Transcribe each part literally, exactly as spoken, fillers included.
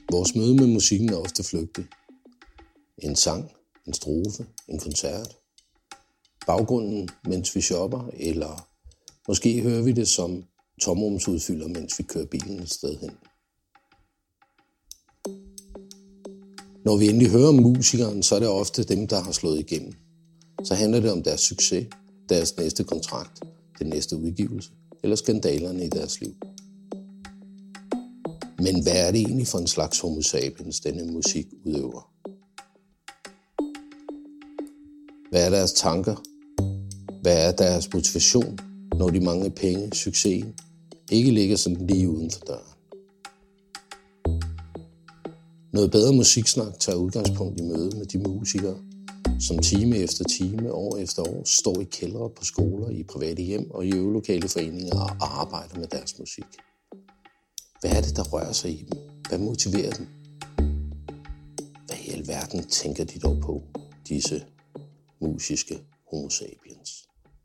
Vores møde med musikken er ofte flygtig. En sang, en strofe, en koncert. Baggrunden, mens vi shopper, eller måske hører vi det som tomrumsudfylder, mens vi kører bilen et sted hen. Når vi endelig hører om musikeren, så er det ofte dem, der har slået igennem. Så handler det om deres succes, deres næste kontrakt, den næste udgivelse eller skandalerne i deres liv. Men hvad er det egentlig for en slags homo sapiens, denne musik udøver? Hvad er deres tanker? Hvad er deres motivation, når de mange penge, succesen, ikke ligger sådan lige uden for døren? Noget bedre musiksnak tager udgangspunkt i møde med de musikere, som time efter time, år efter år, står i kældre på skoler, i private hjem og i øvelokale foreninger og arbejder med deres musik. Hvad er det, der rører sig i dem? Hvad motiverer dem? Hvad i alverden tænker de dog på, disse musiske homo sapiens?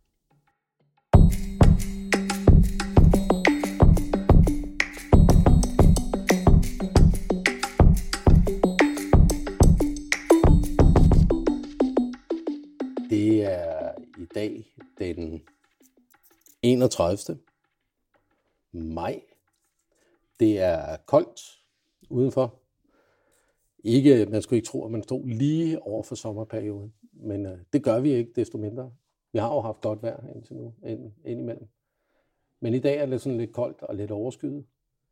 Det er i dag den enogtredivte maj. Det er koldt udenfor. Ikke, man skulle ikke tro, at man stod lige over for sommerperioden, men øh, det gør vi ikke desto mindre. Vi har jo haft godt vejr indtil nu, ind, indimellem. Men i dag er det sådan lidt koldt og lidt overskyet.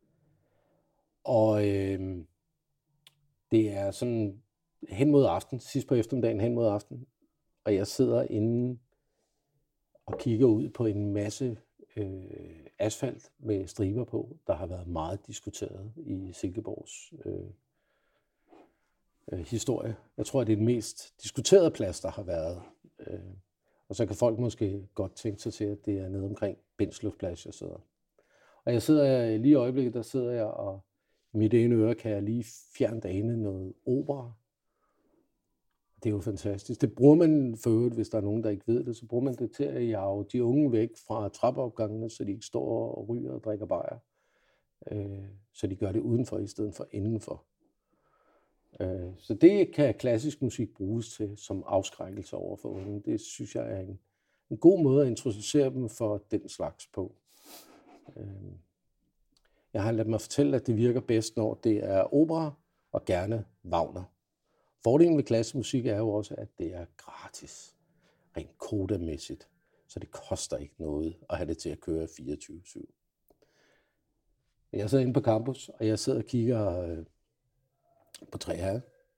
Og øh, det er sådan hen mod aften, sidst på eftermiddagen hen mod aften, og jeg sidder inde og kigger ud på en masse øh, asfalt med striber på, der har været meget diskuteret i Silkeborgs øh, øh, historie. Jeg tror, at det er den mest diskuterede plads, der har været. Øh, og så kan folk måske godt tænke sig til, at det er nede omkring Bindslev Plads, jeg sidder. Og jeg sidder lige i øjeblikket, der sidder jeg, og i mit ene øre kan jeg lige fjernt ane noget opera. Det er jo fantastisk. Det bruger man for øvrigt, hvis der er nogen, der ikke ved det, så bruger man det til at jage de unge væk fra trappeopgangene, så de ikke står og ryger og drikker bajer. Øh, så de gør det udenfor i stedet for indenfor. Øh, så det kan klassisk musik bruges til som afskrækkelse over for unge. Det synes jeg er en, en god måde at introducere dem for den slags på. Øh, jeg har ladet mig fortælle, at det virker bedst, når det er opera og gerne Wagner. Fordelen ved klassisk musik er jo også, at det er gratis, rent kodamæssigt, så det koster ikke noget at have det til at køre fireogtyve syv. Jeg sidder inde på campus, og jeg sidder og kigger øh, på tre her.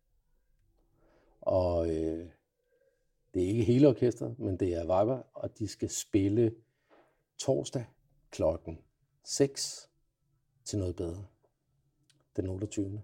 Og øh, det er ikke hele orkestret, men det er Viber, og de skal spille torsdag klokken seks til noget bedre, den otteogtyvende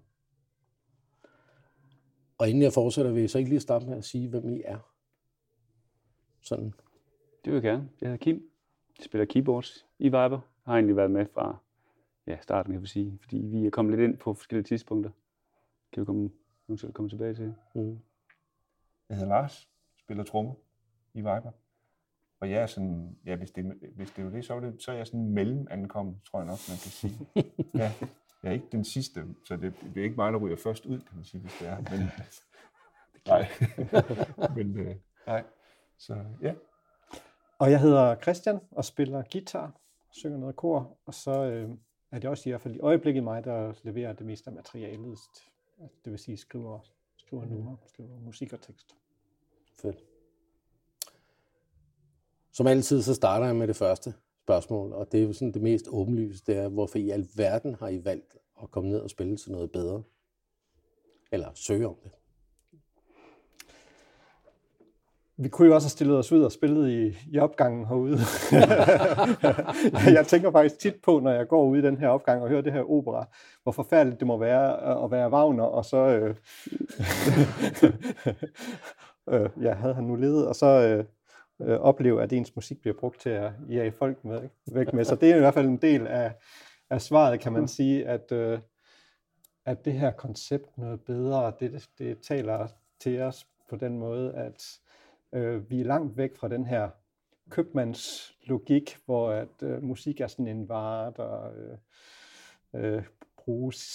Og inden jeg fortsætter, vil jeg så ikke lige starte med at sige, hvem I er. Sådan. Det vil jeg gerne. Jeg hedder Kim. Jeg spiller keyboards i Viber. Jeg har egentlig været med fra ja, starten, jeg vil sige. Fordi vi er kommet lidt ind på forskellige tidspunkter. Kan vi komme, nu komme tilbage til. Mm. Jeg hedder Lars. Spiller trommer i Viber. Og jeg er sådan, ja, hvis det, hvis det er det, så er, det, så er jeg sådan mellemankommet, tror jeg nok, man kan sige. Ja. Jeg er ikke den sidste, så det, det er ikke mig, der ryger først ud, kan man sige, hvis det er. Men, nej. Men, øh, nej. Så, ja. Og jeg hedder Christian og spiller guitar, synger noget kor, og så øh, er det også i hvert fald i øjeblikket mig, der leverer det meste af materialet. Det vil sige, skriver, skriver numre, skriver musik og tekst. Fedt. Som altid, så starter jeg med det første spørgsmål, og det er jo sådan det mest åbenlyse, det er, hvorfor i alverden har I valgt at komme ned og spille til noget bedre? Eller søge om det? Vi kunne jo også have stillet os ud og spillet i, i opgangen herude. Jeg tænker faktisk tit på, når jeg går ud i den her opgang og hører det her opera, hvor forfærdeligt det må være at være Wagner, og så øh, øh, ja, havde han nu levet, og så øh, øh, opleve, at ens musik bliver brugt til at jage folk med, ikke? væk med. Så det er i hvert fald en del af, af svaret, kan man sige, at, øh, at det her koncept noget bedre, det, det taler til os på den måde, at øh, vi er langt væk fra den her købmandslogik, hvor at øh, musik er sådan en vare, der øh, øh, bruges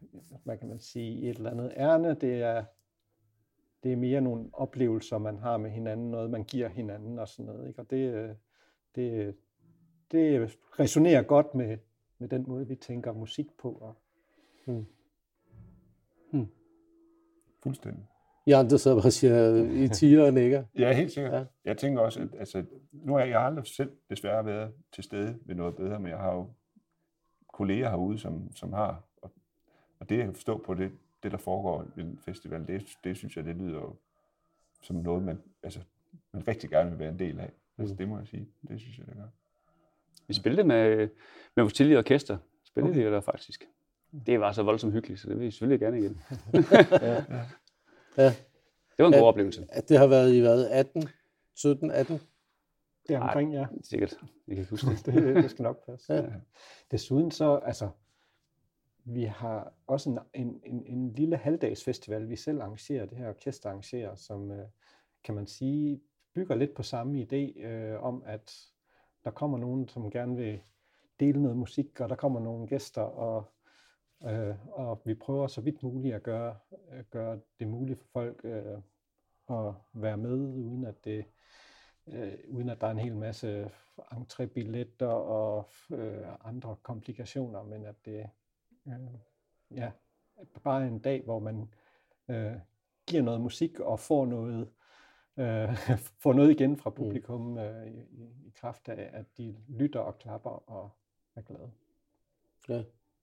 hvad kan man sige, et eller andet ærne. Det er, det er mere nogle oplevelser, man har med hinanden, noget man giver hinanden og sådan noget. Ikke? Og det, det, det resonerer godt med, med den måde, vi tænker musik på. Og, Hmm. Hmm. Fuldstændig. I andre så bare siger, I tiger og nikker. Ja, helt sikkert. Ja. Ja. Jeg tænker også, at altså, nu har jeg, jeg har aldrig selv desværre været til stede ved noget bedre, men jeg har jo kolleger herude, som, som har, og, og det jeg kan forstå på det, det der foregår i festivalen, det, det synes jeg, det lyder jo som noget, man, altså, man rigtig gerne vil være en del af. Altså, det må jeg sige. Det synes jeg, det gør. Vi spillede med, med vores tidligere orkester. Spillede okay. vi der faktisk. Det var så voldsomt hyggeligt, så det vil vi selvfølgelig gerne igen. Ja. Ja. Det var en god At, oplevelse. At det har været i hvad? atten? sytten, atten? det er omkring, ja. Sikkert. Jeg kan ikke huske det. det, det skal nok passe. Ja. Desuden så, altså, vi har også en, en, en, en lille halvdagsfestival, vi selv arrangerer, det her orkester arrangerer, som, øh, kan man sige, bygger lidt på samme idé øh, om, at der kommer nogen, som gerne vil dele noget musik, og der kommer nogle gæster, og, øh, og vi prøver så vidt muligt at gøre, øh, gøre det muligt for folk øh, at være med, uden at det øh, uden at der er en hel masse entrébilletter og øh, andre komplikationer, men at det øh, ja, bare en dag, hvor man øh, giver noget musik og får noget øh, får noget igen fra publikum øh, i, i kraft af, at de lytter og klapper og er glade. Ja.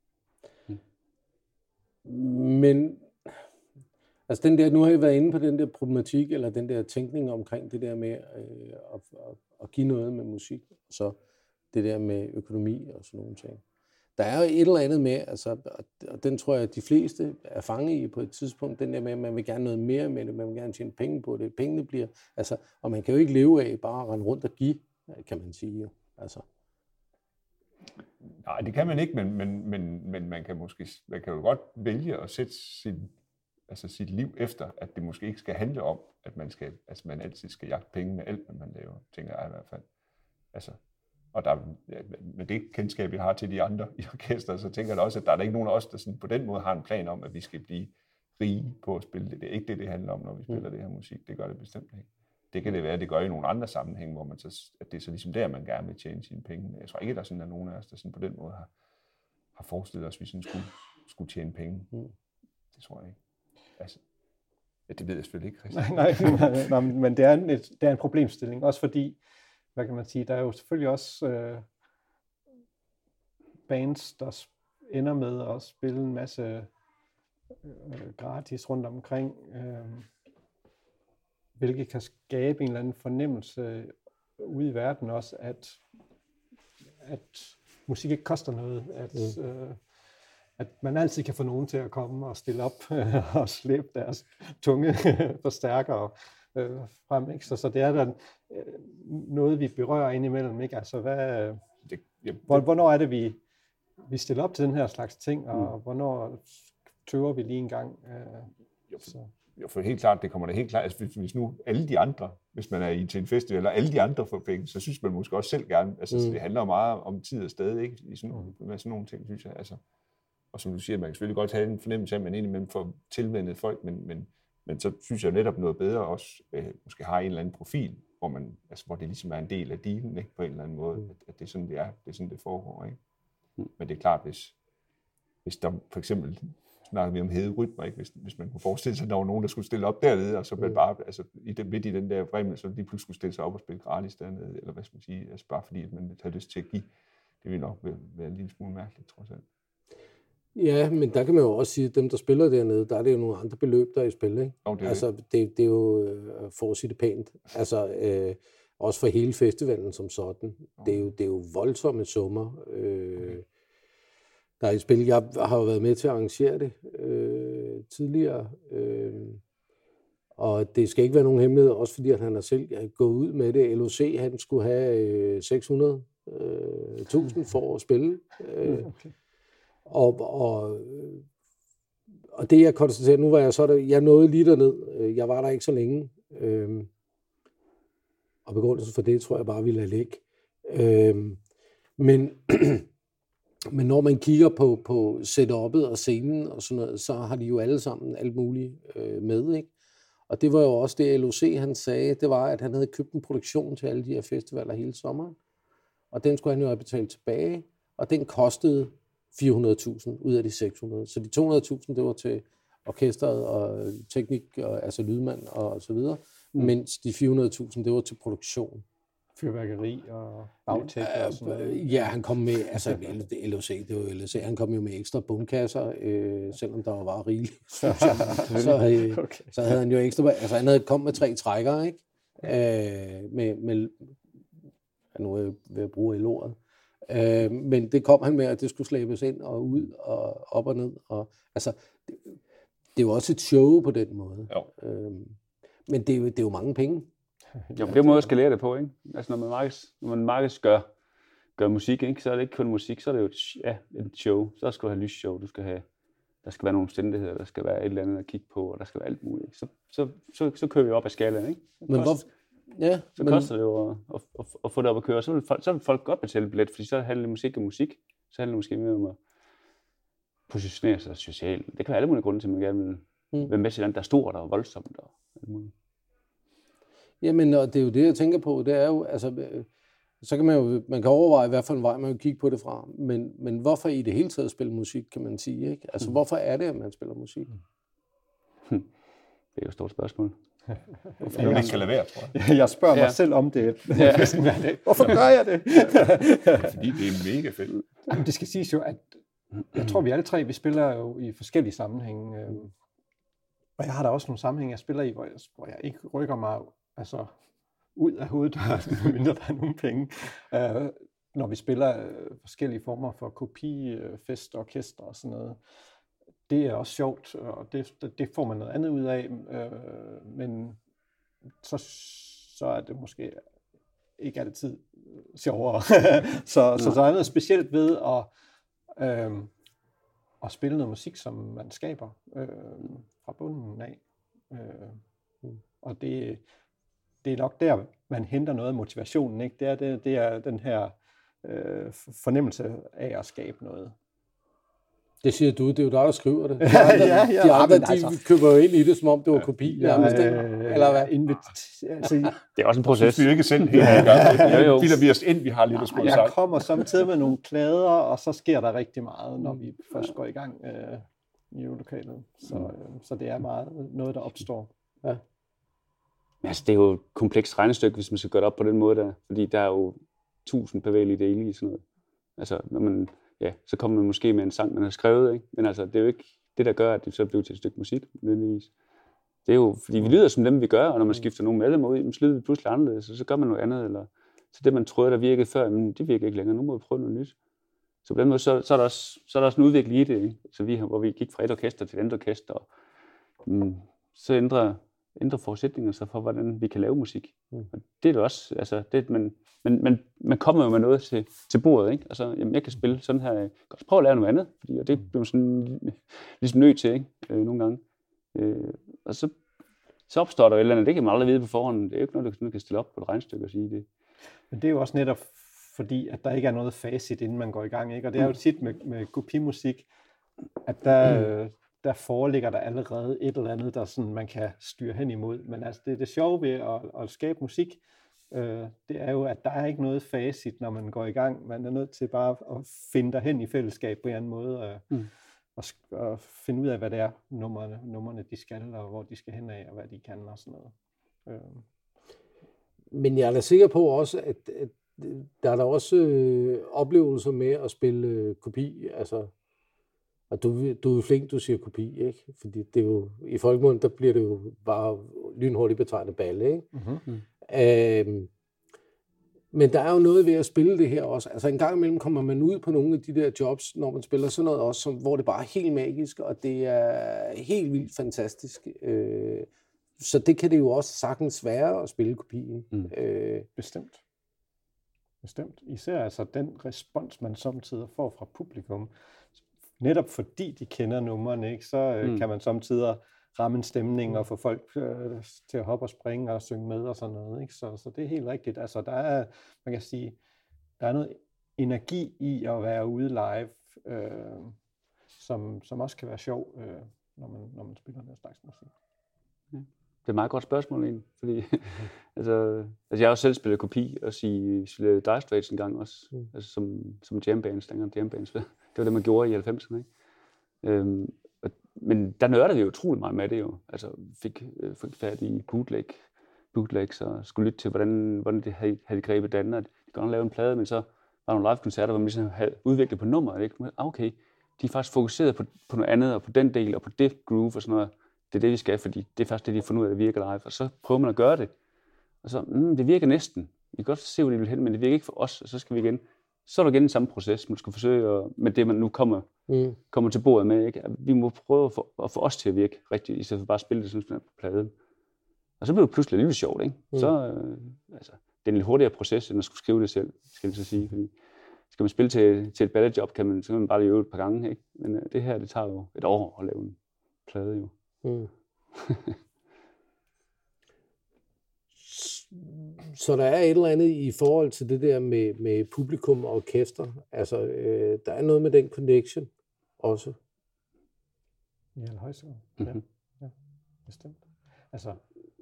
Men altså den der, nu har I været inde på den der problematik, eller den der tænkning omkring det der med øh, at, at, at give noget med musik, og så det der med økonomi og sådan nogle ting. Der er jo et eller andet med, altså, og den tror jeg, at de fleste er fanget i på et tidspunkt, den der med, at man vil gerne noget mere med det, man vil gerne tjene penge på det, pengene bliver, altså, og man kan jo ikke leve af bare at rende rundt og give, kan man sige jo, altså. Nej, det kan man ikke, men, men, men, men man kan måske, man kan jo godt vælge at sætte sin, altså sit liv efter, at det måske ikke skal handle om, at man skal, altså man altid skal jagte penge med alt, hvad man laver, tænker jeg i hvert fald. Altså, og der, med det kendskab, vi har til de andre i orkester, så tænker jeg også, at der er der ikke nogen af os, der sådan på den måde har en plan om, at vi skal blive rige på at spille det. Det er ikke det, det handler om, når vi spiller mm. det her musik. Det gør det bestemt ikke. Det kan det være, det gør i nogle andre sammenhænge, hvor man så, at det er så ligesom der, man gerne vil tjene sine penge. Jeg tror ikke, der sådan er nogen af os, der sådan på den måde har, har forestillet os, at vi sådan skulle, skulle tjene penge. Mm. Det tror jeg ikke. Altså, ja, det ved jeg selvfølgelig ikke, Christian. Nej, nej, nej, men det er, en, det er en problemstilling, også fordi, hvad kan man sige, der er jo selvfølgelig også øh, bands, der ender med at spille en masse øh, gratis rundt omkring, øh, hvilket kan skabe en eller anden fornemmelse ude i verden også, at, at musik ikke koster noget, at, mm. øh, at man altid kan få nogen til at komme og stille op og slæbe deres tunge forstærkere øh, frem. Ikke? Så, så det er der øh, noget, vi berører indimellem. Ikke? Altså, hvad, det, ja, hvor, hvornår er det, vi, vi stiller op til den her slags ting, og mm. hvornår tøver vi lige en gang? Øh, jo, så. jo, for helt klart, det kommer da helt klart, altså, hvis, hvis nu alle de andre, hvis man er i til en festival, eller alle de andre får penge, så synes man måske også selv gerne, altså mm. det handler meget om tid og sted, ikke? I sådan, med sådan nogle ting, synes jeg. Altså, og som du siger, man kan selvfølgelig godt have en fornemmelse af, at man indimellem får tilvendet folk, men, men, men så synes jeg netop noget bedre også, øh, måske har en eller anden profil, hvor, man, altså, hvor det ligesom er en del af dealen, ikke? På en eller anden måde, mm. at, at det er sådan, det er, det er sådan, det foregår, ikke? Mm. Men det er klart, hvis, hvis der for eksempel snakker vi om hede rytmer, ikke? Hvis, hvis man kunne forestille sig, at der var nogen, der skulle stille op dernede, og så mm. bare, altså i den, midt i den der vremmel, så lige pludselig skulle stille sig op og spille gratis dernede, eller hvad skal man sige, altså bare fordi, at man har lyst til at give, det vil nok være, være en lille smule mærkeligt, trods alt. Ja, men der kan man jo også sige, at dem, der spiller dernede, der er det jo nogle andre beløb, der er i spil, ikke? Oh, det er altså, det, det er jo, øh, for at sige det pænt, altså øh, også for hele festivalen som sådan. Oh. Det, er jo, det er jo voldsomme summer, øh, okay. der er i spil. Jeg har jo været med til at arrangere det øh, tidligere, øh, og det skal ikke være nogen hemmelighed, også fordi at han har selv gået ud med det. L O C, han skulle have øh, seks hundrede tusind for at spille. Øh, okay. Og, og, og det jeg konstaterer, nu var jeg så der, jeg nåede lige derned, jeg var der ikke så længe, øhm, og begrundelsen for det, tror jeg bare, vi lader ligge. Øhm, men men når man kigger på, på setup'et og scenen og sådan noget, så har de jo alle sammen alt muligt øh, med, ikke? Og det var jo også det, L O C han sagde, det var, at han havde købt en produktion til alle de her festivaler hele sommeren, og den skulle han jo have betalt tilbage, og den kostede fire hundrede tusind ud af de seks hundrede. Så de to hundrede tusind, det var til orkestret og teknik, og, altså lydmand og så videre, mm. mens de fire hundrede tusind, det var til produktion. Fyrværkeri og bagtæppe og sådan noget. Ja, han kom med, altså L O C, det var L O C, han kom jo med ekstra bundkasser, øh, selvom der var rigeligt. Så, så, øh, okay. så havde han jo ekstra, altså han havde kommet med tre trækker, ikke? Øh, med, med, nu er jeg ved at bruge L-ordet. Øh, men det kom han med, at det skulle slæbes ind og ud og op og ned. Og, altså, det, det er jo også et show på den måde. Jo. Øh, men det er, jo, det er jo mange penge. Jo, det er måde at skalere det på, ikke? Altså når man markeds, når man markeds gør, gør musik, ikke? Så er det ikke kun musik, så er det jo et, ja, et show. Så skal du have lysshow, du skal have, der skal være nogle omstændigheder, der skal være et eller andet at kigge på, og der skal være alt muligt. Så, så, så, så kører vi op ad skalaen, ikke? Men hvor, ja, så men, koster det jo at, at, at, at få det op at køre. Så vil, folk, så vil folk godt betale billet, fordi så handler musik og musik. Så handler det måske mere om at positionere sig socialt. Det kan være alle mulige grunde til, at man gerne vil mm. være med til land, der er stort og voldsomt og alt muligt. Jamen, og det er jo det, jeg tænker på, det er jo, altså, så kan man jo, man kan overveje, hvad for en vej man vil kigge på det fra, men, men hvorfor i det hele taget spille musik, kan man sige, ikke? Altså, mm. hvorfor er det, at man spiller musik? Hmm. Det er jo et stort spørgsmål. Hvorfor man ikke kan lade være, tror jeg. Jeg spørger mig ja. selv om det. Ja. Hvorfor gør jeg det? Fordi det er mega fedt. Jamen, det skal siges jo, at jeg tror, vi alle tre, vi spiller jo i forskellige sammenhænge. Og jeg har da også nogle sammenhænge, jeg spiller i, hvor jeg, hvor jeg ikke rykker mig altså ud af hoveddøren, mindre der er nogle penge. Uh, når vi spiller uh, forskellige former for kopi, uh, fest, orkester og sådan noget. Det er også sjovt, og det, det får man noget andet ud af. Uh, men så, så er det måske ikke altid sjovere. så, så der er noget specielt ved at, uh, at spille noget musik, som man skaber uh, fra bunden af. Uh, og det Det er nok der, man henter noget af motivationen, ikke? Det er, det, det er den her øh, fornemmelse af at skabe noget. Det siger du, det er jo dig, der skriver det. De ja, andre, ja, ja, de andre ja, de altså, køber jo ind i det, som om det var kopi. Ja, nærmest, øh, eller hvad? Invit- altså, det er også en proces. Vi er ikke selv helt i gang. Jo, jo. Bilder vi os ind, vi har lidt at skulle jeg sagt. kommer samtidig med nogle klæder, og så sker der rigtig meget, når vi først går i gang øh, i lokalet. Så, øh, så det er meget noget, der opstår. Ja. Altså, det er jo et komplekst regnestykke, hvis man skal gøre det op på den måde der, fordi der er jo tusind bevægelige dele i sådan noget. Altså, når man, ja, så kommer man måske med en sang, man har skrevet, ikke? Men altså, det er jo ikke det, der gør, at det så bliver til et stykke musik, nødvendigvis. Det er jo, fordi vi lyder som dem, vi gør, og når man skifter nogle medlemmer ud, så lyder vi pludselig anderledes, og så gør man noget andet, eller så det, man troede, der virkede før, men det virker ikke længere, nu må vi prøve noget nyt. Så på den måde, så, så, er, der også, så er der også en udvikling i det, ikke? Så vi, hvor vi gik fra et orkester til et andet orkester, og mm, så ændrer ændre forudsætninger sig for, hvordan vi kan lave musik. Mm. Og det er det også, altså, det, man, man, man, man kommer jo med noget til, til bordet, ikke? Altså, jamen, jeg kan spille sådan her, jeg kan også prøve at lære noget andet, fordi, og det bliver sådan ligesom nødt til, ikke? Øh, nogle gange. Øh, og så, så opstår der jo et eller andet, det kan man aldrig vide på forhånd, det er jo ikke noget, du kan stille op på et regnstykke og sige det. Men det er jo også netop fordi, at der ikke er noget facit, inden man går i gang, ikke? Og det er jo tit med, med kopimusik, at der, mm. der foreligger der allerede et eller andet, der sådan, man kan styre hen imod. Men altså, det, det sjove ved at, at skabe musik, øh, det er jo, at der er ikke noget facit, når man går i gang. Man er nødt til bare at finde derhen i fællesskab på en anden måde, og, mm. og, og finde ud af, hvad det er, numrene, numrene de skal, og hvor de skal hen af, og hvad de kan, og sådan noget. Øh. Men jeg er da sikker på også, at, at der er der også øh, oplevelser med at spille øh, kopi, altså. Og du, du er flink, du siger kopi, ikke? Fordi det er jo, i folkemunden, der bliver det jo bare lynhurtigt betegnet balle, ikke? Mm-hmm. Øhm, men der er jo noget ved at spille det her også. Altså en gang imellem kommer man ud på nogle af de der jobs, når man spiller sådan noget også, som, hvor det bare er helt magisk, og det er helt vildt fantastisk. Øh, så det kan det jo også sagtens være at spille kopien. Mm. Øh, Bestemt. Bestemt. Især altså den respons, man samtidig får fra publikum. Netop fordi de kender numrene, ikke, så øh, mm. kan man samtidig ramme en stemning og få folk øh, til at hoppe og springe og synge med og sådan noget. Ikke? Så, så det er helt rigtigt. Altså, der er, man kan sige, der er noget energi i at være ude live, øh, som, som også kan være sjov, øh, når, man, når man spiller den slags musik. Ja. Det er et meget godt spørgsmål egentlig, fordi mm-hmm. altså, altså jeg har også selv spillet kopi, også i spillet Dire Straits en gang også, mm. altså som, som jambands, dengang jambands. Det var det, man gjorde i halvfemserne, ikke? Øhm, og, men der nørdede vi jo utrolig meget med det jo, altså fik, øh, fik fat i bootleg, bootlegs og skulle lytte til, hvordan, hvordan det havde, havde grebet Danmark. De kunne godt lave en plade, men så var der nogle live-koncerter, hvor man ligesom havde udviklet på nummeret, ikke? Okay, de er faktisk fokuseret på, på noget andet, og på den del, og på det groove og sådan noget. Det er det, vi skal, fordi det er faktisk det, de har fundet ud af, at det virker live. Og så prøver man at gøre det. Og så, mm, det virker næsten. Vi kan godt se, hvor det vil hen, men det virker ikke for os, og så skal vi igen. Så er der igen den samme proces, man skal forsøge at, med det, man nu kommer, mm. kommer til bordet med. Ikke? Vi må prøve at få, at få os til at virke rigtigt, i stedet for bare at spille det sådan på pladen. Og så bliver det pludselig lidt sjovt, ikke? Mm. Så, øh, altså, det er en lidt hurtigere proces, end at skulle skrive det selv, skal jeg så sige. Fordi skal man spille til, til et balletjob, kan man, så kan man bare øve et par gange, ikke? Men øh, det her, det tager jo et år at lave en plade, jo. Mm. Så der er et eller andet i forhold til det der med, med publikum og orkester. Altså, øh, der er noget med den connection også. I allerhøjeste grad. Mm-hmm. Ja, ja, bestemt. Altså,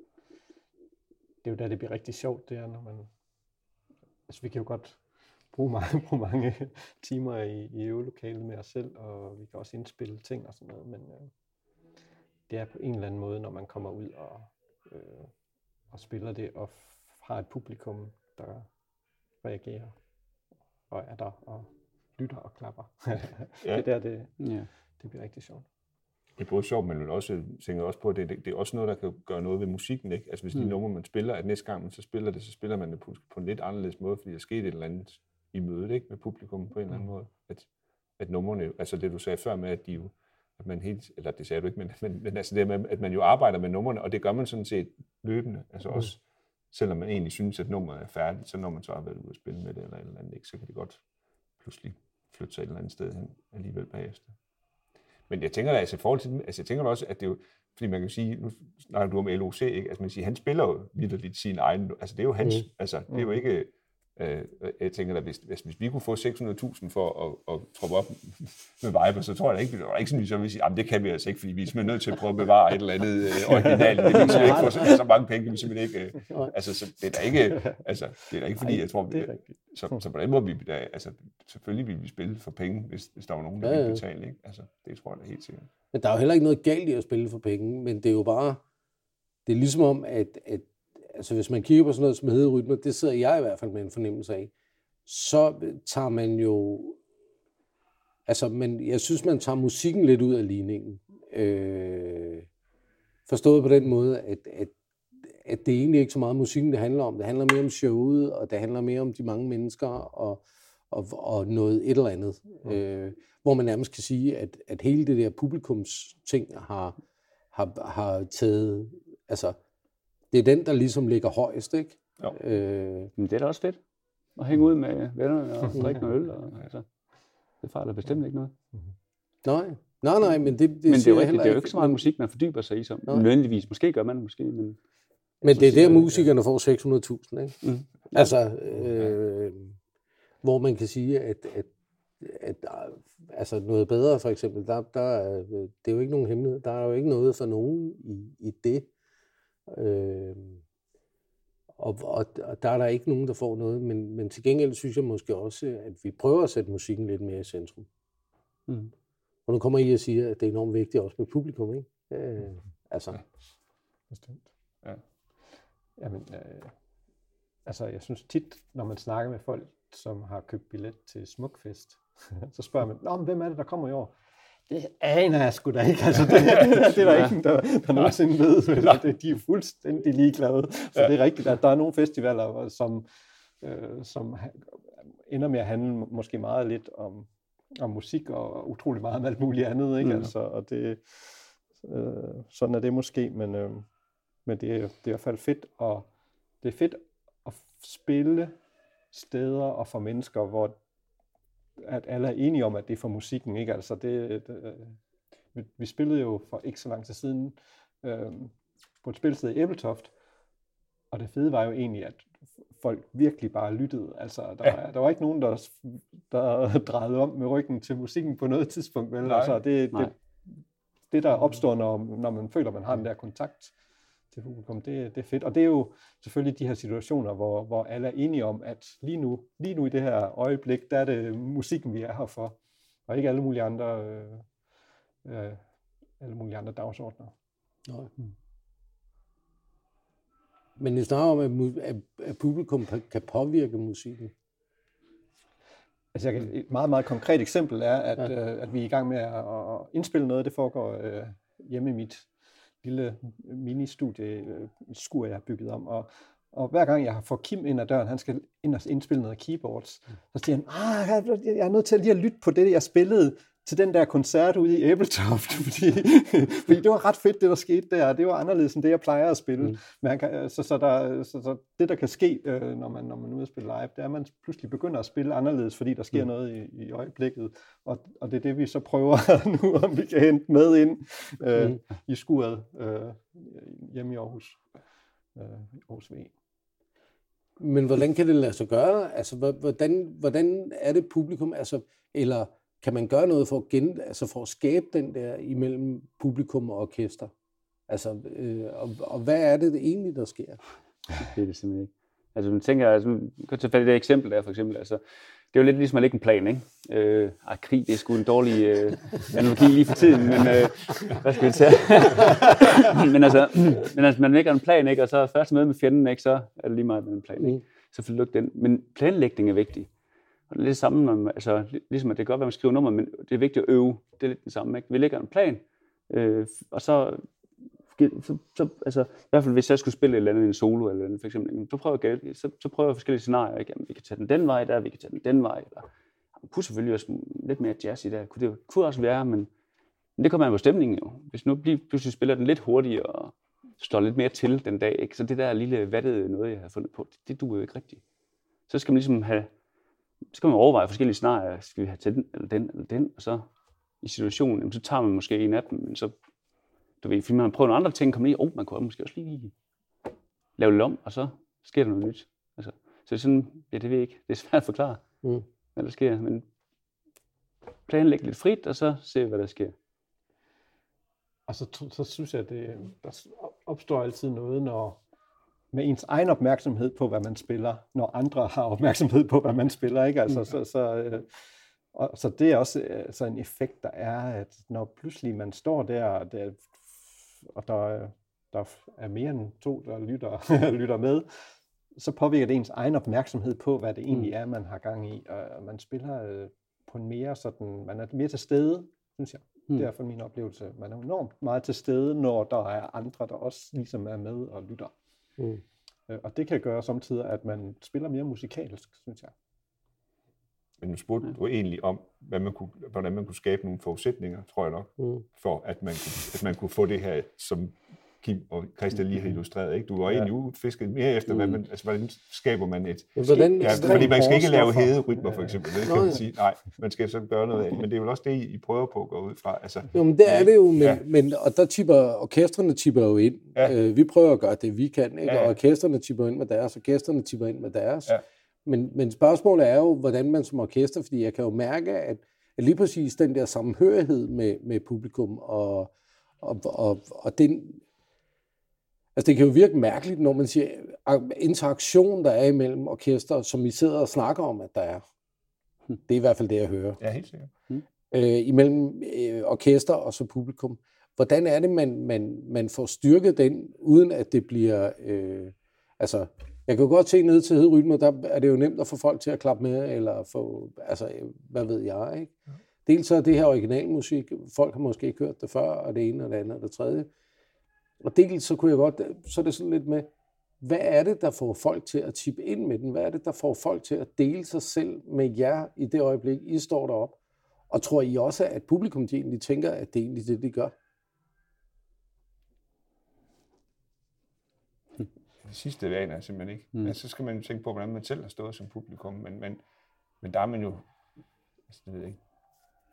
det er jo der, det bliver rigtig sjovt, det er, når man... Altså, vi kan jo godt bruge mange, bruge mange timer i, i øvelokalet med os selv, og vi kan også indspille ting og sådan noget, men øh, det er på en eller anden måde, når man kommer ud og, øh, og spiller det, og har et publikum, der reagerer, og er der, og lytter og klapper. Ja. Det der, det, ja. Det bliver rigtig sjovt. Det er både sjovt, men man også tænker også på, at det, det, det er også noget, der kan gøre noget ved musikken, ikke? Altså hvis de mm. numre, man spiller, at næste gang man så spiller det, så spiller man det på, på en lidt anderledes måde, fordi der skete et eller andet i mødet, ikke? Med publikum på en eller anden mm. måde. At, at numrene, altså det du sagde før med, at de jo, at man helt, eller det sagde du ikke, men, men, men altså det med, at man jo arbejder med numrene, og det gør man sådan set løbende, altså mm. også, selvom man egentlig synes, at nummeret er færdigt, så når man så har været ude at spille med det eller et eller andet, ikke? Så kan det godt pludselig flytte sig et eller andet sted hen alligevel bagefter. Men jeg tænker da, altså i forhold til, altså jeg tænker da også, at det er jo, fordi man kan sige, nu snakker du om L O C, ikke? Altså man kan sige, han spiller jo vitterligt sin egen, altså det er jo hans, mm. altså det er jo ikke, øh, jeg tænker da, hvis, hvis, hvis vi kunne få seks hundrede tusind for at, at troppe op med Viper, så tror jeg da ikke, det var ikke sådan, vi så vil sige, jamen det kan vi altså ikke, fordi vi er simpelthen nødt til at prøve at bevare et eller andet øh, originalt, det kan vi simpelthen ikke få så, så mange penge, kan vi simpelthen ikke, øh, altså så, det er da ikke, altså det er da ikke fordi, jeg tror, vi, så, så på den måde, vi, da, altså selvfølgelig ville vi spille for penge, hvis, hvis der var nogen, der ja, ja. ville betale, ikke? Altså det tror jeg da helt sikkert. Men der er jo heller ikke noget galt i at spille for penge, men det er jo bare, det er ligesom om, at, at altså hvis man kigger på sådan noget som hederytmer, det sidder jeg i hvert fald med en fornemmelse af, så tager man jo, altså men jeg synes, man tager musikken lidt ud af ligningen. Øh, forstået på den måde, at, at, at det egentlig ikke så meget musikken, det handler om. Det handler mere om showet, og det handler mere om de mange mennesker, og, og, og noget et eller andet. Mm. Øh, hvor man nærmest kan sige, at, at hele det der publikumsting har, har, har taget, altså det er den, der ligesom ligger højst, ikke? Øh, Men det er da også fedt. At hænge ud med vennerne og drikke noget øl. Og, altså, det fejler bestemt ikke noget. Nej, nej, nej, men det, det, men det er jo ikke, det er jo ikke så meget musik, man fordyber sig i som. Nødvendigvis. Måske gør man måske, men... Men det er der, musikerne får seks hundrede tusind, ikke? Mm. Altså, øh, hvor man kan sige, at, at, at altså noget bedre, for eksempel, der, der, det er jo ikke nogen hemmelighed. Der er jo ikke noget for nogen i, i det. Øh, Og, og, og der er der ikke nogen, der får noget, men, men til gengæld synes jeg måske også, at vi prøver at sætte musikken lidt mere i centrum. Mm. Og nu kommer I og siger, at det er enormt vigtigt også med publikum, ikke? Øh, altså. Ja, bestemt. Ja. Jamen, øh, altså jeg synes tit, når man snakker med folk, som har købt billet til Smukfest, så spørger man, Nå, men hvem er det, der kommer i år? Det aner jeg sgu da ikke. Altså, det, det, det er der ikke, der, der nogensinde ved. Det, de er fuldstændig ligeglade. Så ja. Det er rigtigt, at der er nogle festivaler, som, øh, som ender med at handle måske meget lidt om, om musik og utrolig meget om alt muligt andet. Ikke? Mm. Altså, og det, øh, sådan er det måske, men, øh, men det, er, det er i hvert fald fedt. Og det er fedt at spille steder og for mennesker, hvor at alle er enige om, at det er for musikken, ikke? Altså det, det vi, vi spillede jo for ikke så lang tid siden øh, på et spilsted i Ebeltoft, og det fede var jo egentlig, at folk virkelig bare lyttede. Altså, der, Ja. var, der var ikke nogen, der, der drejede om med ryggen til musikken på noget tidspunkt. Vel? Altså, det, det, det, der opstår, når, når man føler, man har den der kontakt til publikum, det, det er fedt. Og det er jo selvfølgelig de her situationer, hvor, hvor alle er enige om, at lige nu, lige nu i det her øjeblik, der er det musikken, vi er her for. Og ikke alle mulige andre, øh, øh, alle mulige andre dagsordner. Nej. Men I snakker om, at, at, at publikum kan påvirke musikken. Altså, jeg kan, et meget, meget konkret eksempel er, at, Ja. øh, at vi er i gang med at, at indspille noget. Det foregår øh, hjemme i mit lille mini-studie, øh, skur, jeg har bygget om. Og, og hver gang jeg får Kim ind ad døren, han skal ind og indspille noget keyboards, så siger han, ah, jeg, jeg er nødt til lige at lytte på det, jeg spillede til den der koncert ude i Æbeltoft, fordi, fordi det var ret fedt, det der skete der, det var anderledes end det, jeg plejer at spille. Mm. Men han kan, så, så, der, så, så det, der kan ske, øh, når, man, når man er ude at spille live, det er, at man pludselig begynder at spille anderledes, fordi der sker mm. noget i, i øjeblikket, og, og det er det, vi så prøver nu, om vi kan hente med ind øh, mm. i skuret øh, hjemme i Aarhus. Øh, Aarhus V. Men hvordan kan det lade sig gøre? Altså, hvordan, hvordan er det publikum, altså, eller kan man gøre noget for at, gen, altså for at skabe den der imellem publikum og orkester? Altså, øh, og, og hvad er det, det egentlig, der sker? Det er det simpelthen ikke. Altså, man tænker, altså, man kan tage fat i det eksempel der, for eksempel, altså, det er jo lidt ligesom at lægge en plan, ikke? Øh, ah, krig, det er sgu en dårlig øh, analogi lige for tiden, men øh, hvad skal vi tage? men, altså, men altså, man lægger en plan, ikke? Og så første møde med fjenden, ikke? Så er det lige meget med en plan, ikke? Så følger den. Men planlægning er vigtig. Og det er det samme, når man, altså, ligesom at det kan godt være, at man skriver nummer, men det er vigtigt at øve. Det er lidt det samme, ikke? Vi lægger en plan, øh, og så, så, så, altså, i hvert fald hvis jeg skulle spille et eller andet, en solo eller andet, for eksempel, så prøver jeg, så, så prøver jeg forskellige scenarier, ikke? Jamen, vi kan tage den den vej der, vi kan tage den den vej, eller man kunne selvfølgelig også lidt mere jazz i der, kunne det kunne også være, men, men det kommer an på stemningen jo. Hvis nu pludselig spiller den lidt hurtigere, og står lidt mere til den dag, ikke? Så det der lille vattede noget, jeg har fundet på, det, det duer jo ikke rigtigt. Så skal man ligesom have, så kan man overveje forskellige scenarier, skal vi have til den, eller den, eller den, og så i situationen, jamen, så tager man måske en af dem, men så, du ved, fordi man har prøvet nogle andre ting, kommer lige, oh, man kunne måske også lige lave lidt om, og så sker der noget nyt. Altså, så det er sådan, ja, det ved jeg ikke, det er svært at forklare, mm. hvad der sker, men planlægge lidt frit, og så se, hvad der sker. Og så, så synes jeg, at det, der opstår altid noget, når med ens egen opmærksomhed på, hvad man spiller, når andre har opmærksomhed på, hvad man spiller, ikke? Altså, mm. så, så, øh, og, så det er også øh, så en effekt, der er, at når pludselig man står der, og der, og der, der er mere end to, der lytter, lytter med, så påvirker det ens egen opmærksomhed på, hvad det egentlig er, man har gang i, og man spiller øh, på en mere sådan, man er mere til stede, synes jeg. Mm. Det er for min oplevelse. Man er enormt meget til stede, når der er andre, der også ligesom er med og lytter. Mm. Og det kan gøre samtidig, at man spiller mere musikalsk, synes jeg. Men nu spurgte du egentlig om, hvad man kunne, hvordan man kunne skabe nogle forudsætninger, tror jeg nok, mm. for at man, kunne, at man kunne få det her, som Kim og Christian lige har illustreret. Ikke? Du var ja. egentlig udfisket mere efter, mm. hvad man, altså, hvordan skaber man et... Hvordan, ja, fordi man skal ikke lave hederytmer, for eksempel. Det kan man sige. Nej, man skal så gøre noget af. Men det er vel også det, I prøver på at gå ud fra. Altså, jo, men det er det jo, men, ja. men og der tipper, orkestrene tipper jo ind. Ja. Øh, vi prøver at gøre det, vi kan, ikke? Ja. Og orkestrene tipper ind med deres, orkestrene tipper ind med deres. Ja. Men, men spørgsmålet er jo, hvordan man som orkester, fordi jeg kan jo mærke, at, at lige præcis den der sammenhørighed med, med publikum, og, og, og, og den... Altså det kan jo virke mærkeligt, når man siger interaktion, der er imellem orkester, som vi sidder og snakker om, at der er. Det er i hvert fald det, jeg hører. Ja, helt sikkert. Hmm. Øh, imellem øh, orkester og så publikum. Hvordan er det, man, man, man får styrket den, uden at det bliver... Øh, altså, jeg kan jo godt se ned til hederytmer, der er det jo nemt at få folk til at klappe med, eller få... Altså, hvad ved jeg, ikke? Ja. Dels så er det her originalmusik, folk har måske ikke hørt det før, og det ene, og det andet, og det tredje. Og dels så kunne jeg godt, så er det sådan lidt med, hvad er det, der får folk til at tippe ind med den? Hvad er det, der får folk til at dele sig selv med jer i det øjeblik, I står deroppe? Og tror I også, at publikum de egentlig tænker, at det er egentlig det, de gør? Det sidste aner jeg simpelthen ikke. Mm. Altså, så skal man jo tænke på, hvordan man selv har stået som publikum, men, men, men der er man jo, altså, det ved jeg ikke,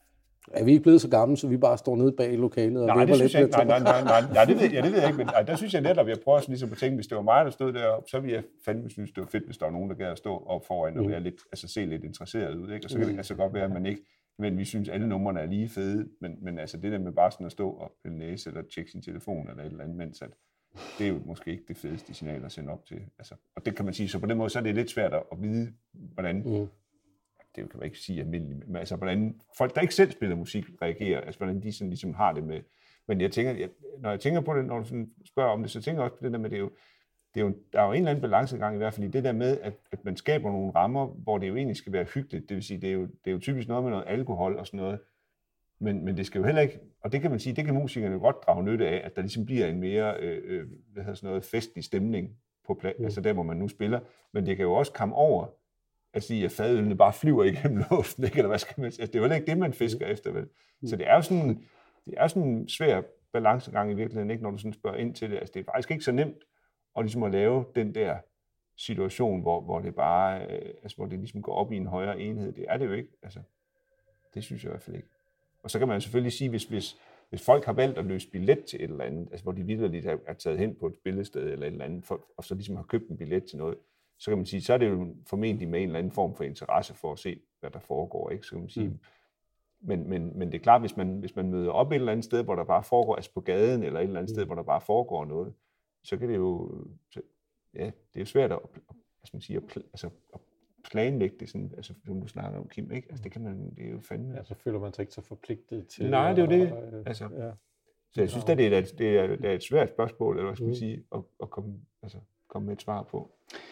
Er vi ikke blevet så gamle, så vi bare står nede bag i lokalet og Nej, løber det synes lidt jeg ikke. med Nej, tår? nej, nej, nej, nej, det ved, ja, det ved jeg ikke, men nej, der synes jeg netop, jeg prøver sådan ligesom at tænke, hvis det var mig, der stod deroppe, så ville jeg fandme synes, det var fedt, hvis der var nogen, der gad at stå op foran og Mm. være lidt, altså se lidt interesseret ud, ikke? Og så kan det altså godt være, at man ikke, men vi synes, alle numrene er lige fede, men, men altså det der med bare sådan at stå og pille næse eller tjekke sin telefon eller et eller andet, mens at det er jo måske ikke det fedeste signal at sende op til. Altså, og det kan man sige, så på den måde, så er det lidt svært at vide, hvordan, mm. det kan man ikke sige almindeligt, men altså hvordan folk, der ikke selv spiller musik, reagerer, altså hvordan de sådan ligesom har det med. Men jeg tænker, jeg, når jeg tænker på det, når du sådan spørger om det, så tænker jeg også på det der med, det er jo, det er jo, der er jo en eller anden balancegang i hvert fald i det der med, at, at man skaber nogle rammer, hvor det jo egentlig skal være hyggeligt. Det vil sige, det er jo, det er jo typisk noget med noget alkohol og sådan noget, men, men det skal jo heller ikke, og det kan man sige, det kan musikerne jo godt drage nytte af, at der ligesom bliver en mere, øh, hvad hedder sådan noget, festlig stemning på plads, mm. altså der, hvor man nu spiller, men det kan jo også komme over, at sige, at fadølene bare flyver igennem luften, ikke? Eller hvad skal man sige? Altså, det er jo heller ikke det, man fisker mm. efter, vel? Så det er jo sådan, det er sådan en svær balancegang i virkeligheden, ikke, når du sådan spørger ind til det. Altså, det er faktisk ikke så nemt at, ligesom at lave den der situation, hvor, hvor det bare, øh, altså, hvor det ligesom går op i en højere enhed. Det er det jo ikke. Altså, det synes jeg i hvert fald ikke. Og så kan man selvfølgelig sige, hvis, hvis, hvis folk har valgt at løse billet til et eller andet, altså hvor de vitterligt er taget hen på et spillested eller et eller andet, for, og så ligesom har købt en billet til noget, så kan man sige, så er det jo formentlig med en eller anden form for interesse for at se, hvad der foregår, ikke? Så kan man sige. Mm. Men, men, men det er klart, hvis man, hvis man møder op et eller andet sted, hvor der bare foregår, altså på gaden, eller et eller andet mm. sted, hvor der bare foregår noget, så kan det jo, så, ja, det er jo svært at, at, at, man siger, at, altså, at planlægge det, sådan, altså som du snakker om, Kim, ikke? Altså det kan man, det er jo fandme. Ja, så føler man sig ikke så forpligtet til. Nej, det er jo det. Og, øh, altså, ja. Så jeg synes, at det er, et, det, er, det er et svært spørgsmål, eller hvad skal man mm. sige, at, at komme, altså, komme med et svar på.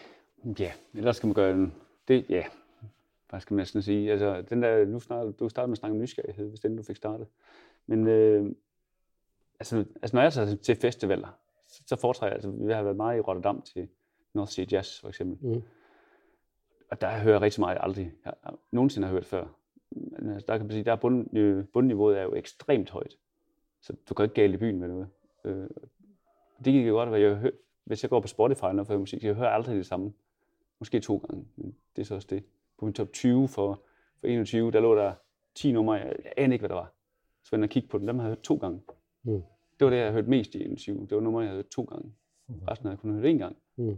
Ja, ellers skal man gøre den. Det, ja, hvad skal man næsten sige? Altså, den der, nu snakker, du startede med at snakke om nysgerrighed, hvis den du fik startet. Men øh, altså, altså, når jeg tager til festivaler, så, så foretrækker jeg, altså, vi har været meget i Rotterdam til North Sea Jazz, for eksempel. Mm. Og der hører jeg rigtig meget, jeg aldrig jeg nogensinde har hørt før. Men, altså, der kan man sige, der bund, øh, bundniveauet er jo ekstremt højt. Så du kan ikke gale i byen med noget. Øh, det kan jo godt være, jeg hører, hvis jeg går på Spotify og får musik, jeg hører aldrig det samme. Måske to gange, men det er så også det. På min top tyve for, for enogtyve, der lå der ti numre, jeg, jeg anede ikke, hvad der var. Så jeg kigge på dem, dem har jeg hørt to gange. Mm. Det var det, jeg har hørt mest i enogtyve. Det var numre, jeg havde hørt to gange. Resten havde jeg kun hørt én gang. Mm.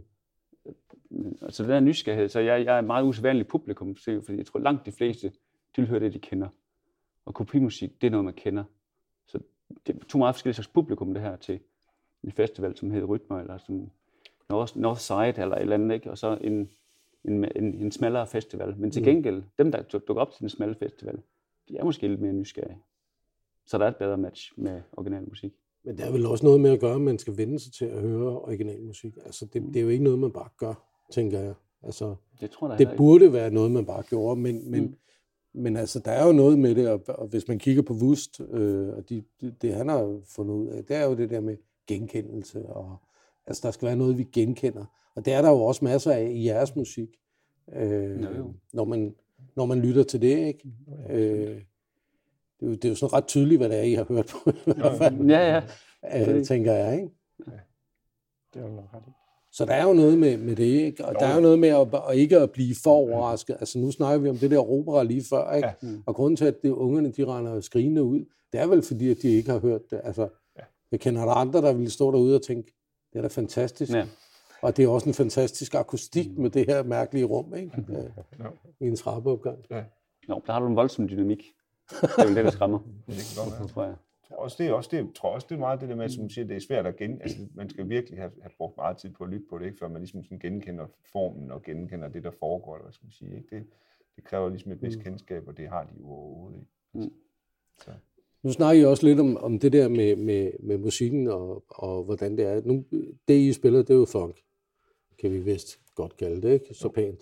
Altså den er nysgerrighed, så jeg, jeg er meget usædvanlig publikum, fordi jeg tror langt de fleste, de vil høre det, de kender. Og kopimusik, det er noget, man kender. Så det er to meget forskellige slags publikum, det her, til en festival, som hedder Rytmer, eller som North, North Side, eller et eller andet, ikke? Og så en, en, en, en smallere festival. Men til gengæld, dem, der dukker op til den smalle festival, de er måske lidt mere nysgerrige. Så der er et bedre match med original musik. Men der er vel også noget med at gøre, at man skal vende sig til at høre original musik. Altså, det, det er jo ikke noget, man bare gør, tænker jeg. Altså, det tror jeg, det burde ikke være noget, man bare gjorde, men, men, mm. men altså, der er jo noget med det, og, og hvis man kigger på Wust, øh, og de, det, det han har fundet ud af, det er jo det der med genkendelse, og altså, der skal være noget, vi genkender. Og det er der jo også masser af i jeres musik, øh, når, man, når man lytter til det, ikke? Øh, det, er jo, det er jo sådan ret tydeligt, hvad det er, I har hørt på, i hvert fald. Ja, ja. Øh, tænker jeg, ikke? Ja. Det er jo nok ret. Så der er jo noget med, med det, ikke? Og jo. Der er jo noget med at, at ikke at blive for overrasket. Altså nu snakker vi om det der opera lige før, ikke? Ja. Og grunden til, at de ungerne, de render skrigende ud, det er vel fordi, at de ikke har hørt det. Altså, ja. Jeg kender der andre, der ville stå derude og tænke, det er da fantastisk. Ja. Og det er også en fantastisk akustik med det her mærkelige rum, ikke? Ja. I en trappeopgang. Ja. Jo, der har du en voldsom dynamik. Det er jo det, der skræmmer. Det kan godt være. Tror jeg. Også det, også det, tror også, det er meget det der med, som du siger, det er svært at gen... Altså, man skal virkelig have, have brugt meget tid på at lytte på det, ikke? Før man ligesom sådan genkender formen og genkender det, der foregår, eller hvad skal man sige, ikke? Det, det kræver ligesom et vist kendskab, og det har de jo overhovedet ikke. Mm. Så. Nu snakker I også lidt om, om det der med, med, med musikken, og, og hvordan det er. Nu, det, I spiller, det er jo funk, kan vi vist godt kalde det, ikke? Så pænt.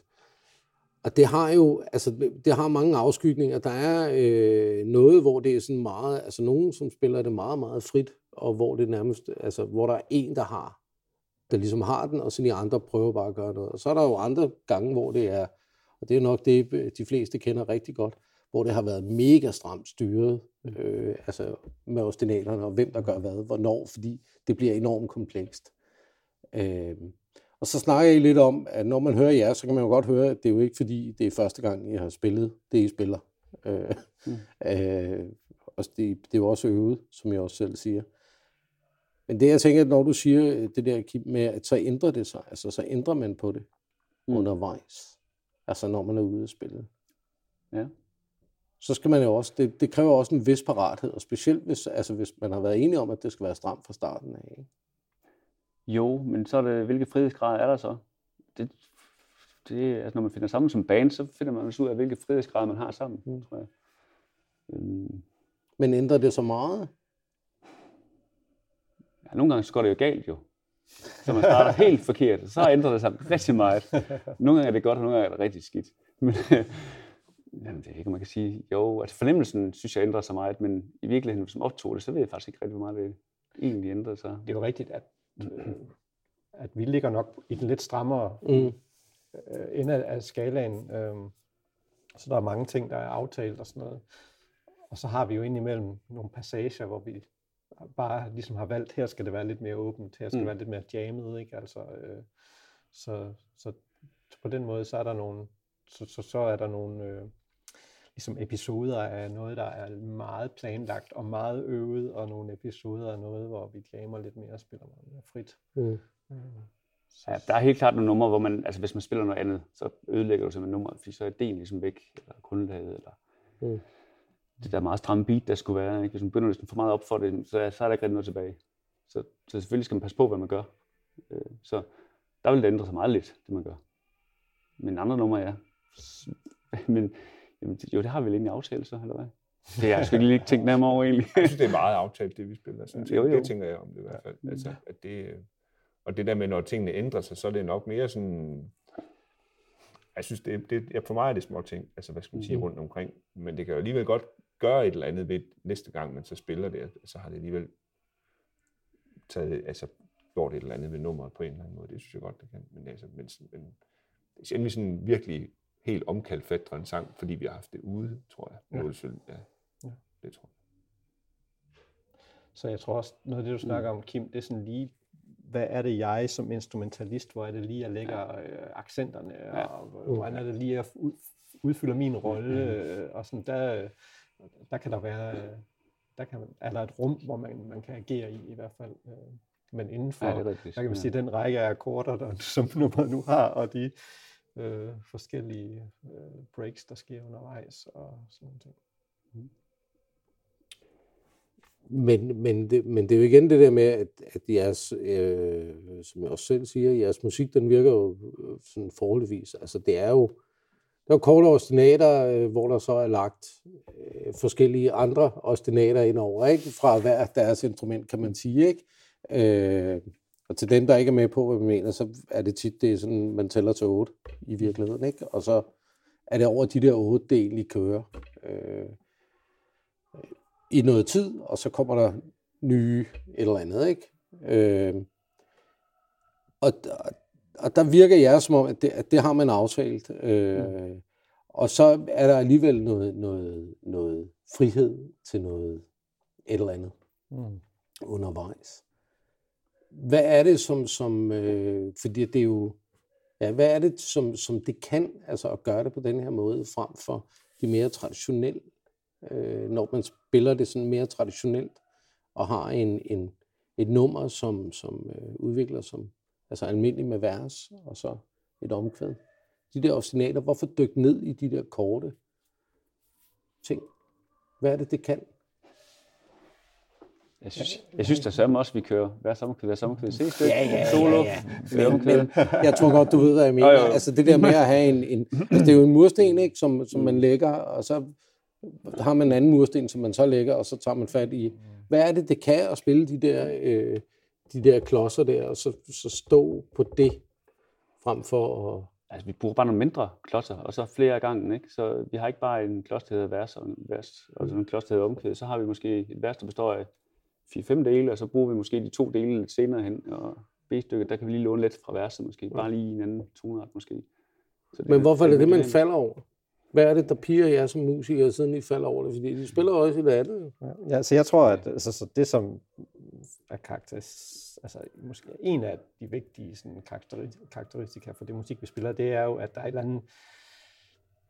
Og det har jo, altså, det har mange afskygninger. Der er øh, noget, hvor det er sådan meget, altså nogen, som spiller det meget, meget frit, og hvor det nærmest, altså, hvor der er en, der har, der ligesom har den, og så de andre prøver bare at gøre noget. Og så er der jo andre gange, hvor det er, og det er nok det, de fleste kender rigtig godt, hvor det har været mega stramt styret, øh, altså med ostinalerne, og hvem der gør hvad, hvornår, fordi det bliver enormt komplekst. Øh, Og så snakker I lidt om, at når man hører jer, så kan man jo godt høre, at det er jo ikke fordi, det er første gang, I har spillet det, I spiller. Øh, mm. øh, og det, det er jo også øvet, som jeg også selv siger. Men det, jeg tænker, når du siger det der, Kim, med, at så ændrer det sig, altså så ændrer man på det mm. undervejs. Altså når man er ude at spille. Ja. Så skal man jo også, det, det kræver også en vis parathed, og specielt hvis, altså hvis man har været enige om, at det skal være stramt fra starten af. Ikke? Jo, men så er det, hvilke frihedsgrader er der så? Det, det, altså når man finder sammen som band, så finder man også ud af, hvilke frihedsgrader man har sammen, mm. tror jeg. Um, men ændrer det så meget? Ja, nogle gange så går det jo galt jo. Så man starter helt forkert, så ændrer det sig rigtig meget. Nogle gange er det godt, og nogle gange er det rigtig skidt. Men, jamen, det er ikke, man kan sige. Jo, altså fornemmelsen synes jeg ændrer sig meget, men i virkeligheden, hvis man optog det, så ved jeg faktisk ikke rigtig, hvor meget det egentlig ændrer sig. Det er jo rigtigt, at, at vi ligger nok i den lidt strammere mm. øh, ende af skalaen. Øh, så der er mange ting, der er aftalt og sådan noget. Og så har vi jo indimellem nogle passager, hvor vi bare ligesom har valgt, her skal det være lidt mere åbent, her skal mm. det være lidt mere jammet, ikke? Altså, øh, så, så på den måde, så er der nogle, så, så, så er der nogle øh, ligesom episoder af noget, der er meget planlagt og meget øvet, og nogle episoder af noget, hvor vi jammer lidt mere og spiller mere frit. Mm. Mm. Ja, der er helt klart nogle numre, hvor man, altså hvis man spiller noget andet, så ødelægger du simpelthen nummeret, fordi så er ideen ligesom væk, eller grundlaget, eller mm. det der meget stramme beat, der skulle være. Ikke? Hvis man begynder ligesom for meget op for det, så er, så er der ikke rigtig noget tilbage. Så, så selvfølgelig skal man passe på, hvad man gør. Så der vil det ændre sig meget lidt, det man gør. Men andre numre, ja. Men jamen, jo, det har vi vel egentlig aftalt så, eller hvad? Det har jeg sgu ikke lige tænkt nærmere over egentlig. Jeg synes, det er meget aftalt, det vi spiller. Sådan, jo, jo. Det tænker jeg om det i hvert fald. Altså, at det, og det der med, når tingene ændrer sig, så er det nok mere sådan... Jeg synes, det, det, ja, for mig er det små ting, altså hvad skal man sige, rundt omkring. Men det kan jo alligevel godt gøre et eller andet ved næste gang, man så spiller det, så har det alligevel taget, altså gjort et eller andet ved nummeret på en eller anden måde. Det synes jeg godt, det kan. Men, altså, men, men det er sjældent sådan virkelig helt omkalfatret en sang, fordi vi har haft det ude, tror jeg. Ja. Ja, ja. Det tror jeg. Så jeg tror også, noget af det, du snakker om, Kim, det er sådan lige, hvad er det jeg som instrumentalist, hvor er det lige, jeg lægger øh, accenterne, ja. og hvordan er det lige, jeg udfylder min rolle, øh, og sådan, der, der kan der være, der kan, er der et rum, hvor man, man kan agere i, i hvert fald. Øh, men indenfor, ja, der kan man sige, den række af akkorder, der, som nummeret nu har, og de øh, forskellige øh, breaks, der sker undervejs, og sådan noget ting. Mm. Men, men, det, men det er jo igen det der med, at, at jeres, øh, som jeg også selv siger, jeres musik, den virker jo sådan forholdsvis. Altså det er jo, der er jo korte ostinater, øh, hvor der så er lagt øh, forskellige andre ostinater ind over, ikke? Fra hver deres instrument, kan man sige, ikke? Øh, og til dem, der ikke er med på, hvad man mener, så er det tit, det er sådan, man tæller til otte i virkeligheden, ikke? Og så er det over de der otte, det egentlig kører. Øh, i noget tid, og så kommer der nye et eller andet, ikke? Øh, og, og der virker jeg som om, at det, at det har man aftalt. Øh, mm. Og så er der alligevel noget, noget, noget frihed til noget et eller andet mm. undervejs. Hvad er det, som, som øh, fordi det er jo, ja, hvad er det, som, som det kan, altså at gøre det på den her måde, frem for de mere traditionelle, Øh, når man spiller det sådan mere traditionelt og har en, en, et nummer, som, som øh, udvikler som altså almindelig med vers og så et omkvæd. De der ostinater, hvorfor dykke ned i de der korte ting? Hvad er det, det kan? Jeg synes, jeg synes der sørger også, vi kører hver sommerkvæd, hver sommerkvæd, C-stykke, ja, ja, solo, ja, ja. Men, men jeg tror godt, du ved, hvad jeg mener. Jo, jo. Altså det der med at have en, en altså det er jo en mursten, ikke, som, som man lægger, og så har man en anden mursten, som man så lægger, og så tager man fat i. Hvad er det, det kan at spille de der, øh, de der klodser der, og så, så stå på det, frem for at... Altså, vi bruger bare nogle mindre klodser, og så flere af gangen, ikke? Så vi har ikke bare en klods, der hedder vers, og en, vers, og en klods, der hedder omkvæd. Så har vi måske et vers, der består af fire fem dele, og så bruger vi måske de to dele lidt senere hen, og B-stykket, der kan vi lige låne lidt fra verset måske, bare lige en anden toneart måske. Så det, men hvorfor er det det, man falder over? Hvad er det, der piger jer som musikere, siden I falder over det? Fordi de spiller også i det andet. Ja, så jeg tror, at altså, så det, som er karakteristisk, altså måske en af de vigtige sådan, karakteristika for det musik, vi spiller, det er jo, at der er et eller andet,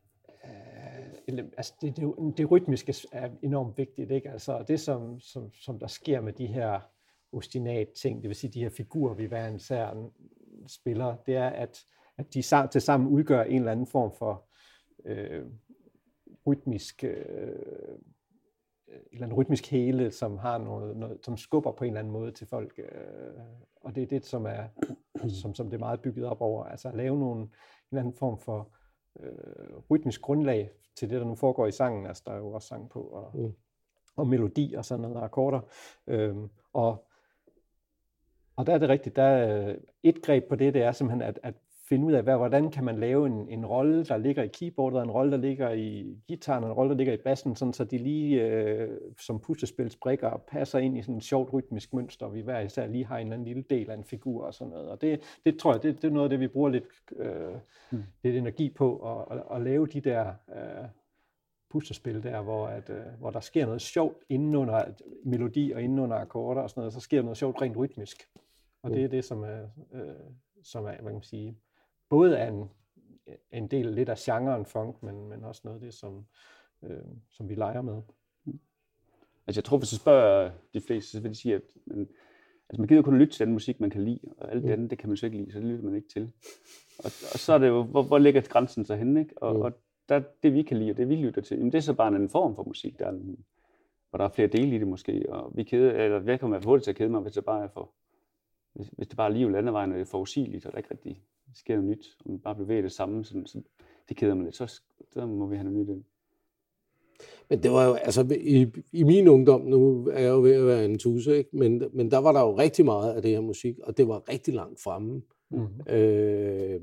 øh, altså det, det, det rytmiske er enormt vigtigt, ikke? Altså det, som, som, som der sker med de her ostinat-ting, det vil sige de her figurer, vi hver en sær spiller, det er, at, at de til sammen udgør en eller anden form for øh, rytmisk øh, eller en rytmisk hele, som har noget, noget, som skubber på en eller anden måde til folk, øh, og det er det, som er som, som det er meget bygget op over, altså at lave nogle, en eller anden form for øh, rytmisk grundlag til det, der nu foregår i sangen, altså der er jo også sang på, og, mm. og melodi og sådan noget, akkorder, øh, og og der er det rigtigt, der er et greb på det, det er simpelthen at, at finde ud af, hvad, hvordan kan man lave en, en rolle, der ligger i keyboardet, en rolle, der ligger i guitaren, en rolle, der ligger i bassen, sådan, så de lige øh, som puslespilsbrikker passer ind i sådan et sjovt rytmisk mønster, og vi hver især lige har en eller anden lille del af en figur og sådan noget. Og det, det tror jeg, det, det er noget af det, vi bruger lidt, øh, mm. lidt energi på, at, at, at lave de der øh, puslespil der, hvor, at, øh, hvor der sker noget sjovt indenunder melodi og indenunder akkorder og sådan noget, så sker noget sjovt rent rytmisk. Og det er det, som er, øh, som er, hvad kan man sige, både er en, en del lidt af genren funk, men, men også noget af det, som, øh, som vi leger med. Altså jeg tror, hvis du spørger de fleste, så vil de sige, at man, altså man gider kun lytte til den musik, man kan lide, og alt det andet, det kan man så ikke lide, så det lytter man ikke til. Og, og så er det jo, hvor, hvor ligger grænsen så henne, ikke? Og, mm. og der, det vi kan lide, og det vi lytter til, jamen det er så bare en anden form for musik, der er en, hvor der er flere dele i det måske, og vi keder, eller jeg kommer hurtigt til at kede mig, hvis det bare er for, hvis, hvis det bare er liv landevejen, og det er forudsigeligt, og der ikke rigtig sker noget nyt, og man bare bevæger det samme, sådan, så det keder mig lidt, så der må vi have noget nyt ind. Men det var jo, altså i, i min ungdom, nu er jeg jo ved at være en tusse, ikke? Men, men der var der jo rigtig meget af det her musik, og det var rigtig langt fremme. Mm-hmm. Øh,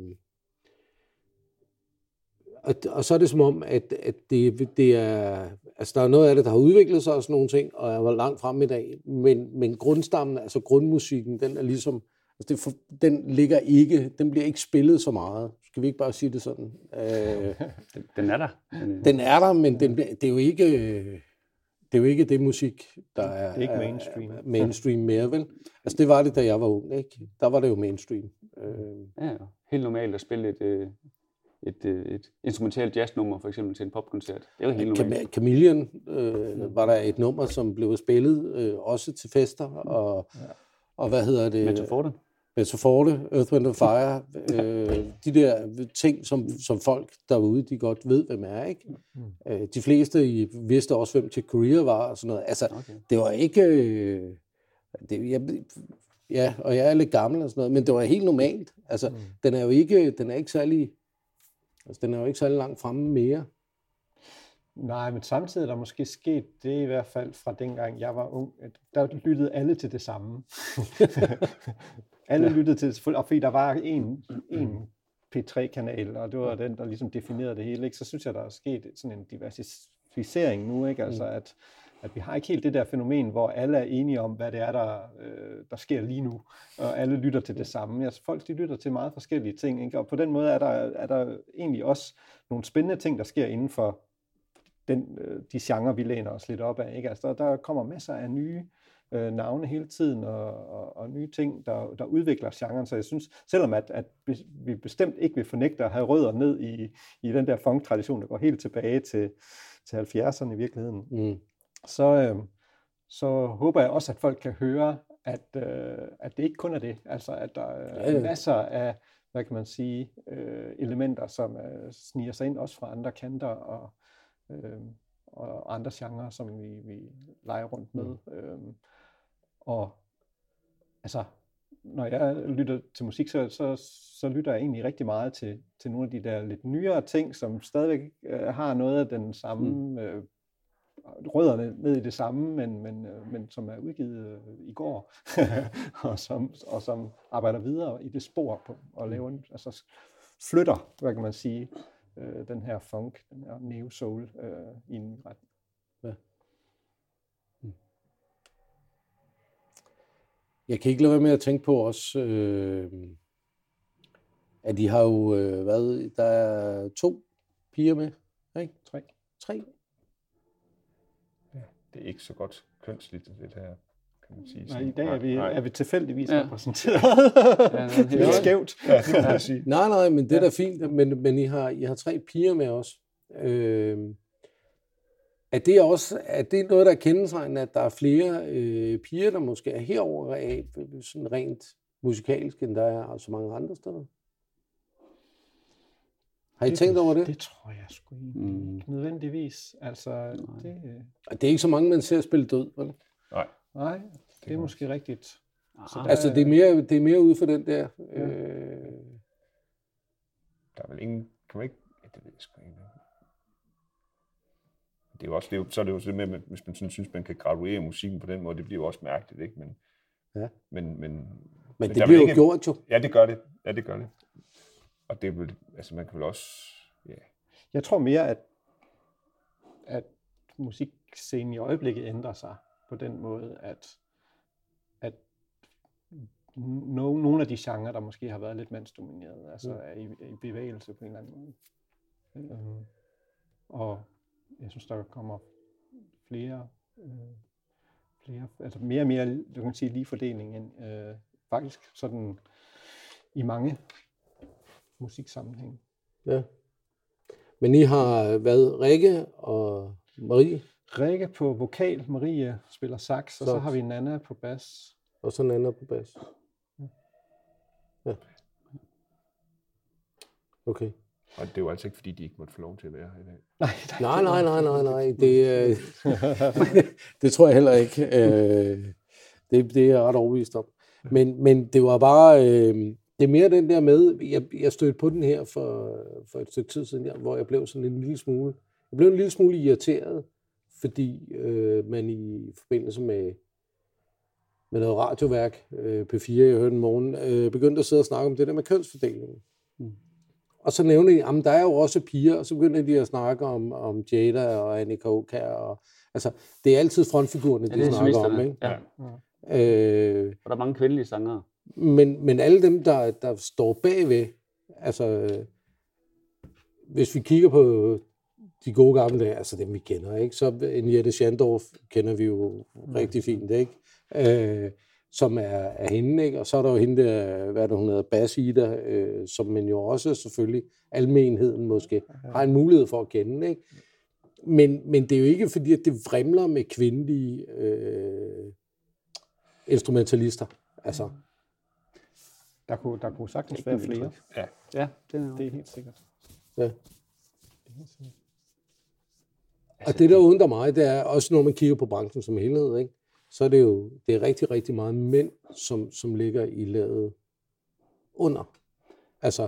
og, og så er det som om, at, at det, det er, altså der er noget af det, der har udviklet sig og sådan nogle ting, og jeg var langt fremme i dag, men, men grundstammen, altså grundmusikken, den er ligesom, altså det for, den ligger ikke, den bliver ikke spillet så meget. Skal vi ikke bare sige det sådan? Øh, den, den er der. Den, den er der, men den, det er jo ikke, det er jo ikke det musik, der er, det er ikke mainstream. Er, er mainstream mere, vel? Altså det var det, da jeg var ung, ikke? Der var det jo mainstream. Øh. Ja, helt normalt at spille et, et, et, et instrumentalt jazznummer, for eksempel til en popkoncert. Det er jo helt normalt. Chameleon øh, var der et nummer, som blev spillet øh, også til fester, og, ja. og hvad hedder det? Metaforte. Metaforte, Earth, Wind and Fire, øh, de der ting, som, som folk derude, de godt ved, hvem er, ikke? Mm. Øh, de fleste I vidste også, hvem Chick Corea var, og sådan noget. Altså, okay. Det var ikke... Øh, det, jeg, ja, og jeg er lidt gammel og sådan noget, men det var helt normalt. Altså, mm. den er jo ikke, den er ikke særlig... Altså, den er jo ikke særlig langt fremme mere. Nej, men samtidig er der måske sket det i hvert fald fra dengang jeg var ung, at der lyttede alle til det samme. Alle ja. lyttede til det, og fordi der var en, en P tre kanal, og det var den, der ligesom definerede det hele, ikke? Så synes jeg, der er sket sådan en diversificering nu, ikke? Altså, at, at vi har ikke helt det der fænomen, hvor alle er enige om, hvad det er, der, øh, der sker lige nu, og alle lytter til det samme. Altså, folk de lytter til meget forskellige ting, ikke? Og på den måde er der, er der egentlig også nogle spændende ting, der sker inden for den, de genre, vi læner os lidt op af, ikke? Altså, der, der kommer masser af nye øh, navne hele tiden, og, og, og nye ting, der, der udvikler genren, så jeg synes, selvom at, at vi bestemt ikke vil fornægte at have rødder ned i, i den der funk-tradition, der går helt tilbage til, til halvfjerdserne i virkeligheden, mm. så, øh, så håber jeg også, at folk kan høre, at, øh, at det ikke kun er det, altså at der er ja, ja. masser af, hvad kan man sige, øh, elementer, som øh, sniger sig ind også fra andre kanter, og Øh, og andre genrer, som vi, vi leger rundt med. Mm. Øhm, og altså, når jeg lytter til musik, så, så, så lytter jeg egentlig rigtig meget til, til nogle af de der lidt nyere ting, som stadigvæk øh, har noget af den samme, mm. øh, rødderne ned i det samme, men, men, øh, men som er udgivet øh, i går, og, som, og som arbejder videre i det spor på, og laver, altså flytter, hvad kan man sige, Øh, den her funk, den her neo-soul øh, i en retning. Ja. Hmm. Jeg kan ikke lade være med at tænke på også, øh, at de har jo øh, været, der er to piger med, ikke? Tre. Tre? Ja, det er ikke så godt kønsligt, det her. Nej, i dag er vi, nej. er vi tilfældigvis ja. repræsenteret. Ja, det er helt skævt. Ja, det må jeg sige. Nej, nej, men det er da fint, men, men I, har, I har tre piger med os. Øh, er det også er det noget, der er kendetegnende, at der er flere øh, piger, der måske er herover af, sådan rent musikalsk, end der er så mange andre steder? Har I det, tænkt over det? Det tror jeg sgu ikke Mm. nødvendigvis. Altså, det, Det er ikke så mange, man ser spille død, vel? Nej. nej, det er måske rigtigt. Så Ah, der Altså, det er mere, det er mere ude for den der... Øh, Der er vel ingen... Kan man ikke... Ja, det ved jeg sgu ikke. Det er jo også, det er jo, så er det jo det med, at hvis man sådan synes, man kan graduere musikken på den måde, det bliver jo også mærkeligt, ikke? Men, Ja. men, men, men men det der er bliver vel jo ikke- gjort jo. Ja, det gør det. Ja, det gør det. Og det er vel, altså man kan vel også... Ja, Jeg tror mere, at, at musikscenen i øjeblikket ændrer sig på den måde, at, at no, nogle af de genrer, der måske har været lidt mandsdomineret, altså er i, er i bevægelse på en eller anden måde. Øhm, og jeg synes, der kommer flere, øh, flere altså mere og mere, du kan sige, lige fordeling end øh, faktisk sådan i mange musiksammenhæng. Ja. Men I har været Rikke og Marie, Rikke på vokal, Marie spiller sax, og så Sax. har vi Nana på bas. og så en anden på bas. Ja. Okay. og det er jo altså ikke, fordi de ikke måtte få lov til at være her i dag. Nej, Nej, nej, nej, nej, nej. Det, øh, det tror jeg heller ikke. Øh, det, det er jeg ret overbevist om. Men, men det var bare... Øh, det er mere den der med... Jeg, jeg stødte på den her for, for et stykke tid siden, hvor jeg blev sådan en lille smule... Jeg blev en lille smule irriteret, fordi øh, man i forbindelse med, med noget radioværk, øh, P fire, jeg hørte en morgen, øh, begyndte at sidde og snakke om det der med kønsfordelingen. Mm. Og så nævnte de, at der er jo også piger, og så begyndte de at snakke om, om Jada og Annika Aukjær. Og, altså, det er altid frontfigurerne, ja, de det er snakker om. solisterne. Ikke? Ja. Øh, Og der er mange kvindelige sangere. men, men alle dem, der, der står bagved, altså, øh, hvis vi kigger på de gode gamle dage, altså dem vi kender, ikke? Så en Jette Schandorf kender vi jo mm. rigtig fint, ikke? Øh, som er, er hende, ikke? Og så er der jo hende der, hvad der hun hedder, Basida, øh, som man jo også selvfølgelig, almenheden måske, har en mulighed for at kende, ikke? Men, men det er jo ikke fordi, at det vrimler med kvindelige øh, instrumentalister, altså. Der kunne, der kunne sagtens være flere. Ja. Ja, det er Det er helt sikkert. Ja. Det er helt sikkert. Og det, der undrer mig, det er også, når man kigger på branchen som helhed, ikke? Så er det jo det er rigtig, rigtig meget mænd, som, som ligger i laget under. Altså,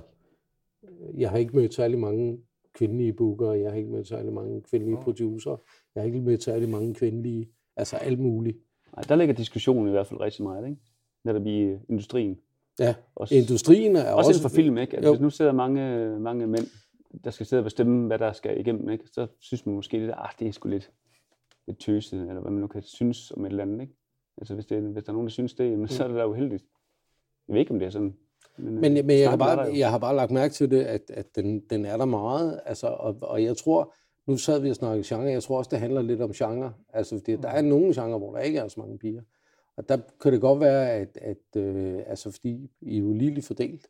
jeg har ikke mødt særlig mange kvindelige bookere, jeg har ikke mødt særlig mange kvindelige producer, jeg har ikke mødt særlig mange kvindelige, altså alt muligt. Nej, der ligger diskussionen i hvert fald rigtig meget, ikke? Netop i industrien. Ja, Også, industrien er også, også... også inden for film, ikke? At Jo. hvis nu sidder mange, mange mænd, der skal sidde og bestemme, hvad der skal igennem, ikke? Så synes man måske, at ah, det er sgu lidt, lidt tøset, eller hvad man nu kan synes om et eller andet, ikke? Altså hvis, det, hvis der er nogen, der synes det, jamen, så er det da uheldigt. Jeg ved ikke, om det er sådan. Men, Men, men jeg, har snakken er der bare, jo. jeg har bare lagt mærke til det, at, at den, den er der meget, altså, og, og jeg tror, nu sad vi og snakkede genre, jeg tror også, det handler lidt om genre, altså fordi der er nogle genre, hvor der ikke er så mange piger, og der kan det godt være, at, at øh, altså fordi I er jo ligeligt fordelt.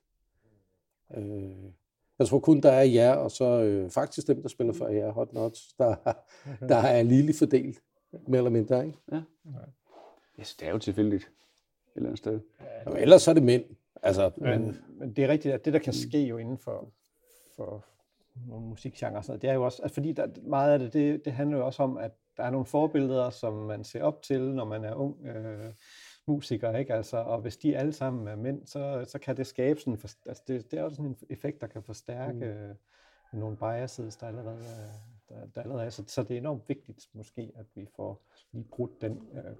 Øh, jeg tror kun, der er jer, og så øh, faktisk dem, der spiller for jer, Hot Nuts, der, der er ligeligt fordelt, mere eller mindre, ikke? Ja. Yes, det er jo tilfældigt et eller andet sted. Og ellers så er det mænd, altså, Men, men det er rigtigt, at det, der kan ske jo inden for, for nogle musikgenre, så det er jo også, altså fordi der, meget af det, det, det handler jo også om, at der er nogle forbilleder, som man ser op til, når man er ung øh, musiker, ikke? Altså, og hvis de alle sammen er mænd, så, så kan det skabe sådan, for, altså det, det er også sådan en effekt, der kan forstærke øh, nogle biases, der allerede er, der, der allerede er. Så, så det er enormt vigtigt måske, at vi får lige brudt den,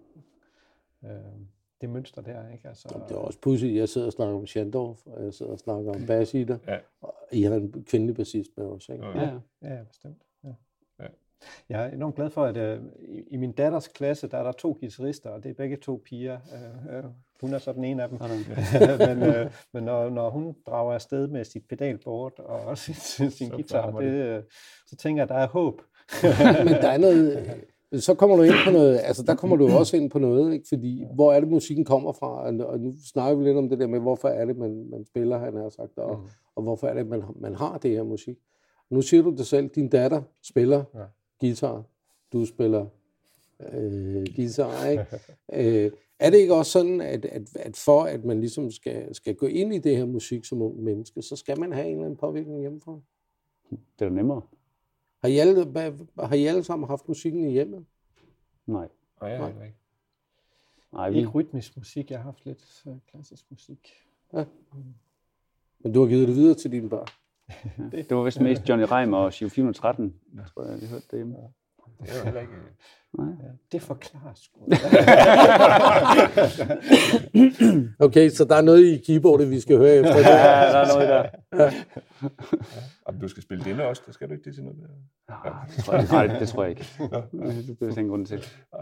øh, øh, det mønster der, ikke? Altså, det er også pudsigt, jeg sidder og snakker om Schandorf, og jeg sidder og snakker om Basida, Ja. og I har en kvindelig bassist med også, ikke? Ja. Ja, ja. Ja, bestemt. Ja. Ja. Jeg er enormt glad for, at øh, i, i min datters klasse, der er der to guitarister, og det er begge to piger. Øh, øh, hun er så den ene af dem. men øh, men når, når hun drager afsted med sit pedalboard og sin, sin Så guitar, flammer det, øh, så tænker jeg, at der er håb. Men der er noget, så kommer du ind på noget, altså der kommer du jo også ind på noget, ikke? Fordi hvor er det musikken kommer fra, og nu snakker vi lidt om det der med, hvorfor er det, man, man spiller, han har sagt, og, Mm. og hvorfor er det, man, man har det her musik. Nu siger du det selv, din datter spiller Ja. guitar, du spiller øh, guitar, ikke? øh, er det ikke også sådan, at, at, at for at man ligesom skal, skal gå ind i det her musik som ung menneske, så skal man have en eller anden påvirkning hjemmefra? Det er da nemmere. Har I alle, har I alle sammen haft musikken i hjemmet? Nej. Nej, jeg Nej. har ikke. Nej, vi, Ikke rytmisk musik, jeg har haft lidt øh, klassisk musik. Men du har givet det videre til dine børn? det, det var vist mest Johnny Reimer og Giro fire tretten, tror jeg, jeg hørte det hjemme. Det er jo heller ikke... Nej. Ja, det forklarer sgu. Okay, så der er noget i keyboardet, vi skal høre efter. Ja, der er noget der. Om du skal spille denne også, der skal du ikke det til noget. Nej, det tror jeg, nej, det tror jeg ikke. Det er ingen grund til.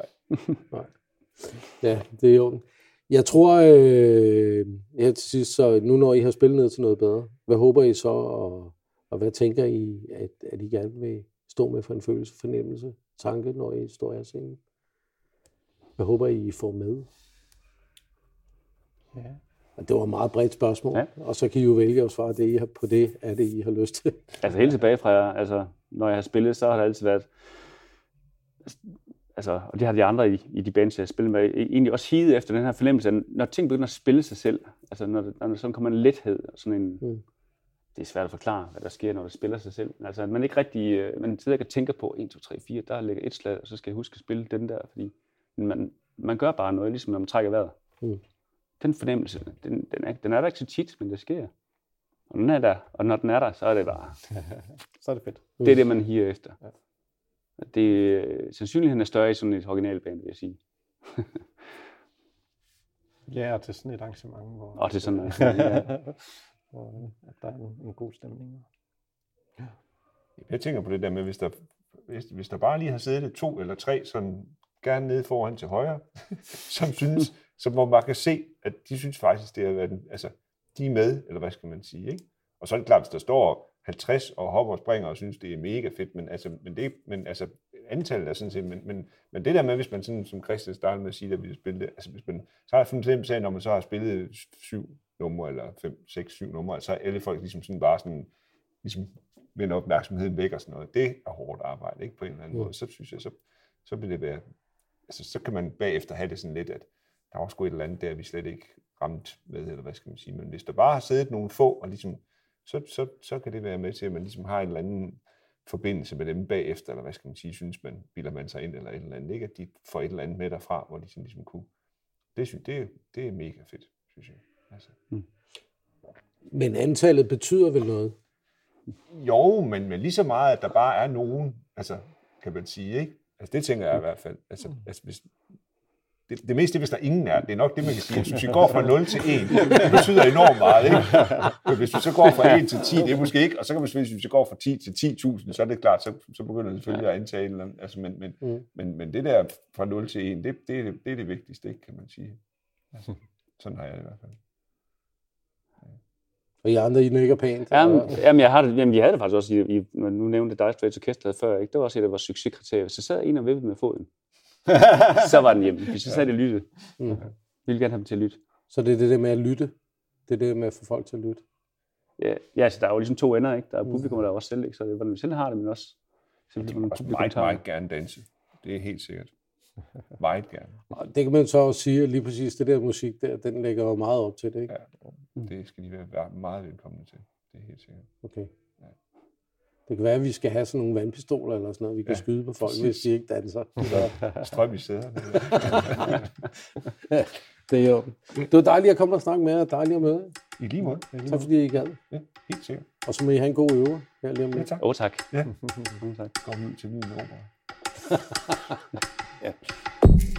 Ja, det er jo. Jeg tror, øh, ja, til sidst, så nu når I har spillet ned til noget bedre, hvad håber I så, og, og hvad tænker I, at, at I gerne vil stå med for en følelse, fornemmelse, tanke, når I står her scenen? Hvad håber I, I får med? Ja. Og det var et meget bredt spørgsmål, Ja. og så kan I jo vælge at svare det, I har, på det, er det, I har lyst til. Altså helt tilbage fra, altså, når jeg har spillet, så har det altid været, altså, og det har de andre i, i de bands, jeg har spillet med, egentlig også higet efter den her fornemmelse, at når ting begynder at spille sig selv, altså når, det, når der sådan kommer en lethed, og sådan en, Mm. det er svært at forklare, hvad der sker, når det spiller sig selv. Altså, at man ikke rigtig, øh, man sidder ikke og tænker på, en, to, tre, fire, der ligger et slag, og så skal jeg huske at spille den der, fordi man, man gør bare noget, ligesom når man trækker vejret. Mm. Den fornemmelse, den, den, er, den er der ikke så tit, men det sker. Og den er der, og når den er der, så er det bare, Så er det fedt. det er det, man higer efter. Ja. Det, sandsynligheden er større i sådan et originalband, vil jeg sige. Ja, og til sådan et arrangement, hvor, Og til sådan noget. Ja. hvor at der er en, en god stemning. Jeg tænker på det der med, hvis der, hvis, hvis der bare lige har siddet to eller tre, sådan gerne nede foran til højre, som synes, som hvor man kan se, at de synes faktisk, det er været, altså, de er med, eller hvad skal man sige, ikke? Og så er det klart, hvis der står halvtreds og hopper og springer og synes, det er mega fedt, men altså, men det, men altså, antallet er sådan set, men, men, men det der med, hvis man sådan, som Christian startede med at sige, at vi spillede, altså hvis man, så har jeg fundet til, når man så har spillet syv numre, eller fem, seks, syv numre, så er alle folk ligesom sådan bare sådan, ligesom vender opmærksomheden væk og sådan noget. Det er hårdt arbejde, ikke? På en eller anden Ja. måde. Så synes jeg, så, så vil det være, altså så kan man bagefter have det sådan lidt, at der var sgu et eller andet der, vi slet ikke ramt med, eller hvad skal man sige. Men hvis der bare har siddet nogle få, og ligesom, så, så, så kan det være med til, at man ligesom har en eller anden forbindelse med dem bagefter, eller hvad skal man sige, synes man, bilder man sig ind, eller et eller andet, ikke? At de får et eller andet med derfra, hvor de sådan ligesom kunne. Det, synes, det, det er mega fedt, synes jeg. Altså. Men antallet betyder vel noget? Jo, men, men lige så meget, at der bare er nogen, altså, kan man sige, ikke? Altså, det tænker jeg i hvert fald. Altså, altså hvis, det, det meste, hvis der ingen er, det er nok det, man kan sige. Hvis vi går fra nul til en, det betyder enormt meget, ikke? Men hvis vi så går fra en til ti, det er måske ikke, og så kan man selvfølgelig, hvis vi går fra ti til ti tusind, så er det klart, så, så begynder det selvfølgelig at antage en eller anden, altså, men, men, Mm. men, men det der fra nul til en, det, det, er det, det er det vigtigste, ikke, kan man sige. Altså, sådan har jeg det i hvert fald. Og I andre, I nikker pænt? Jamen, og- jamen, jeg har det, jamen, jeg havde det faktisk også, i, i, når nu nævnte Dire Straits Orkestret før, ikke? Det var også et af vores succeskriterier. Så sad en og vippede med foden. Så var den hjemme. Så sad det lyttet. Mm. Vi ville gerne have dem til at lytte. Så det er det der med at lytte. Det er det med at få folk til at lytte. Ja, ja, så der er jo ligesom to ender, ikke? Der er publikum, og der er også selv, ikke? Så det er, hvordan vi selv har det, men også... De hvordan må også publikum meget, tager det. meget gerne danse. Det er helt sikkert. Meget gerne. Og det kan man så også sige, at lige præcis det der musik der, den lægger jo meget op til det, ikke? Ja, det skal de være meget velkomne til. Det er helt sikkert. Okay. Det kan være, at vi skal have sådan nogle vandpistoler eller sådan noget, vi kan Ja, skyde på folk, præcis. hvis de ikke danser. Så, Strøm i sæderne. det er jo. Det var dejligt at komme og snakke med jer, dejligt at møde jer. I lige måde. Tak fordi I gad. Ja, helt sikkert. Og så må I have en god øver her lige om Ja, lidt. tak. Åh, oh, tak. Ja. Oh, tak. Går vi ud til min opera. Ja.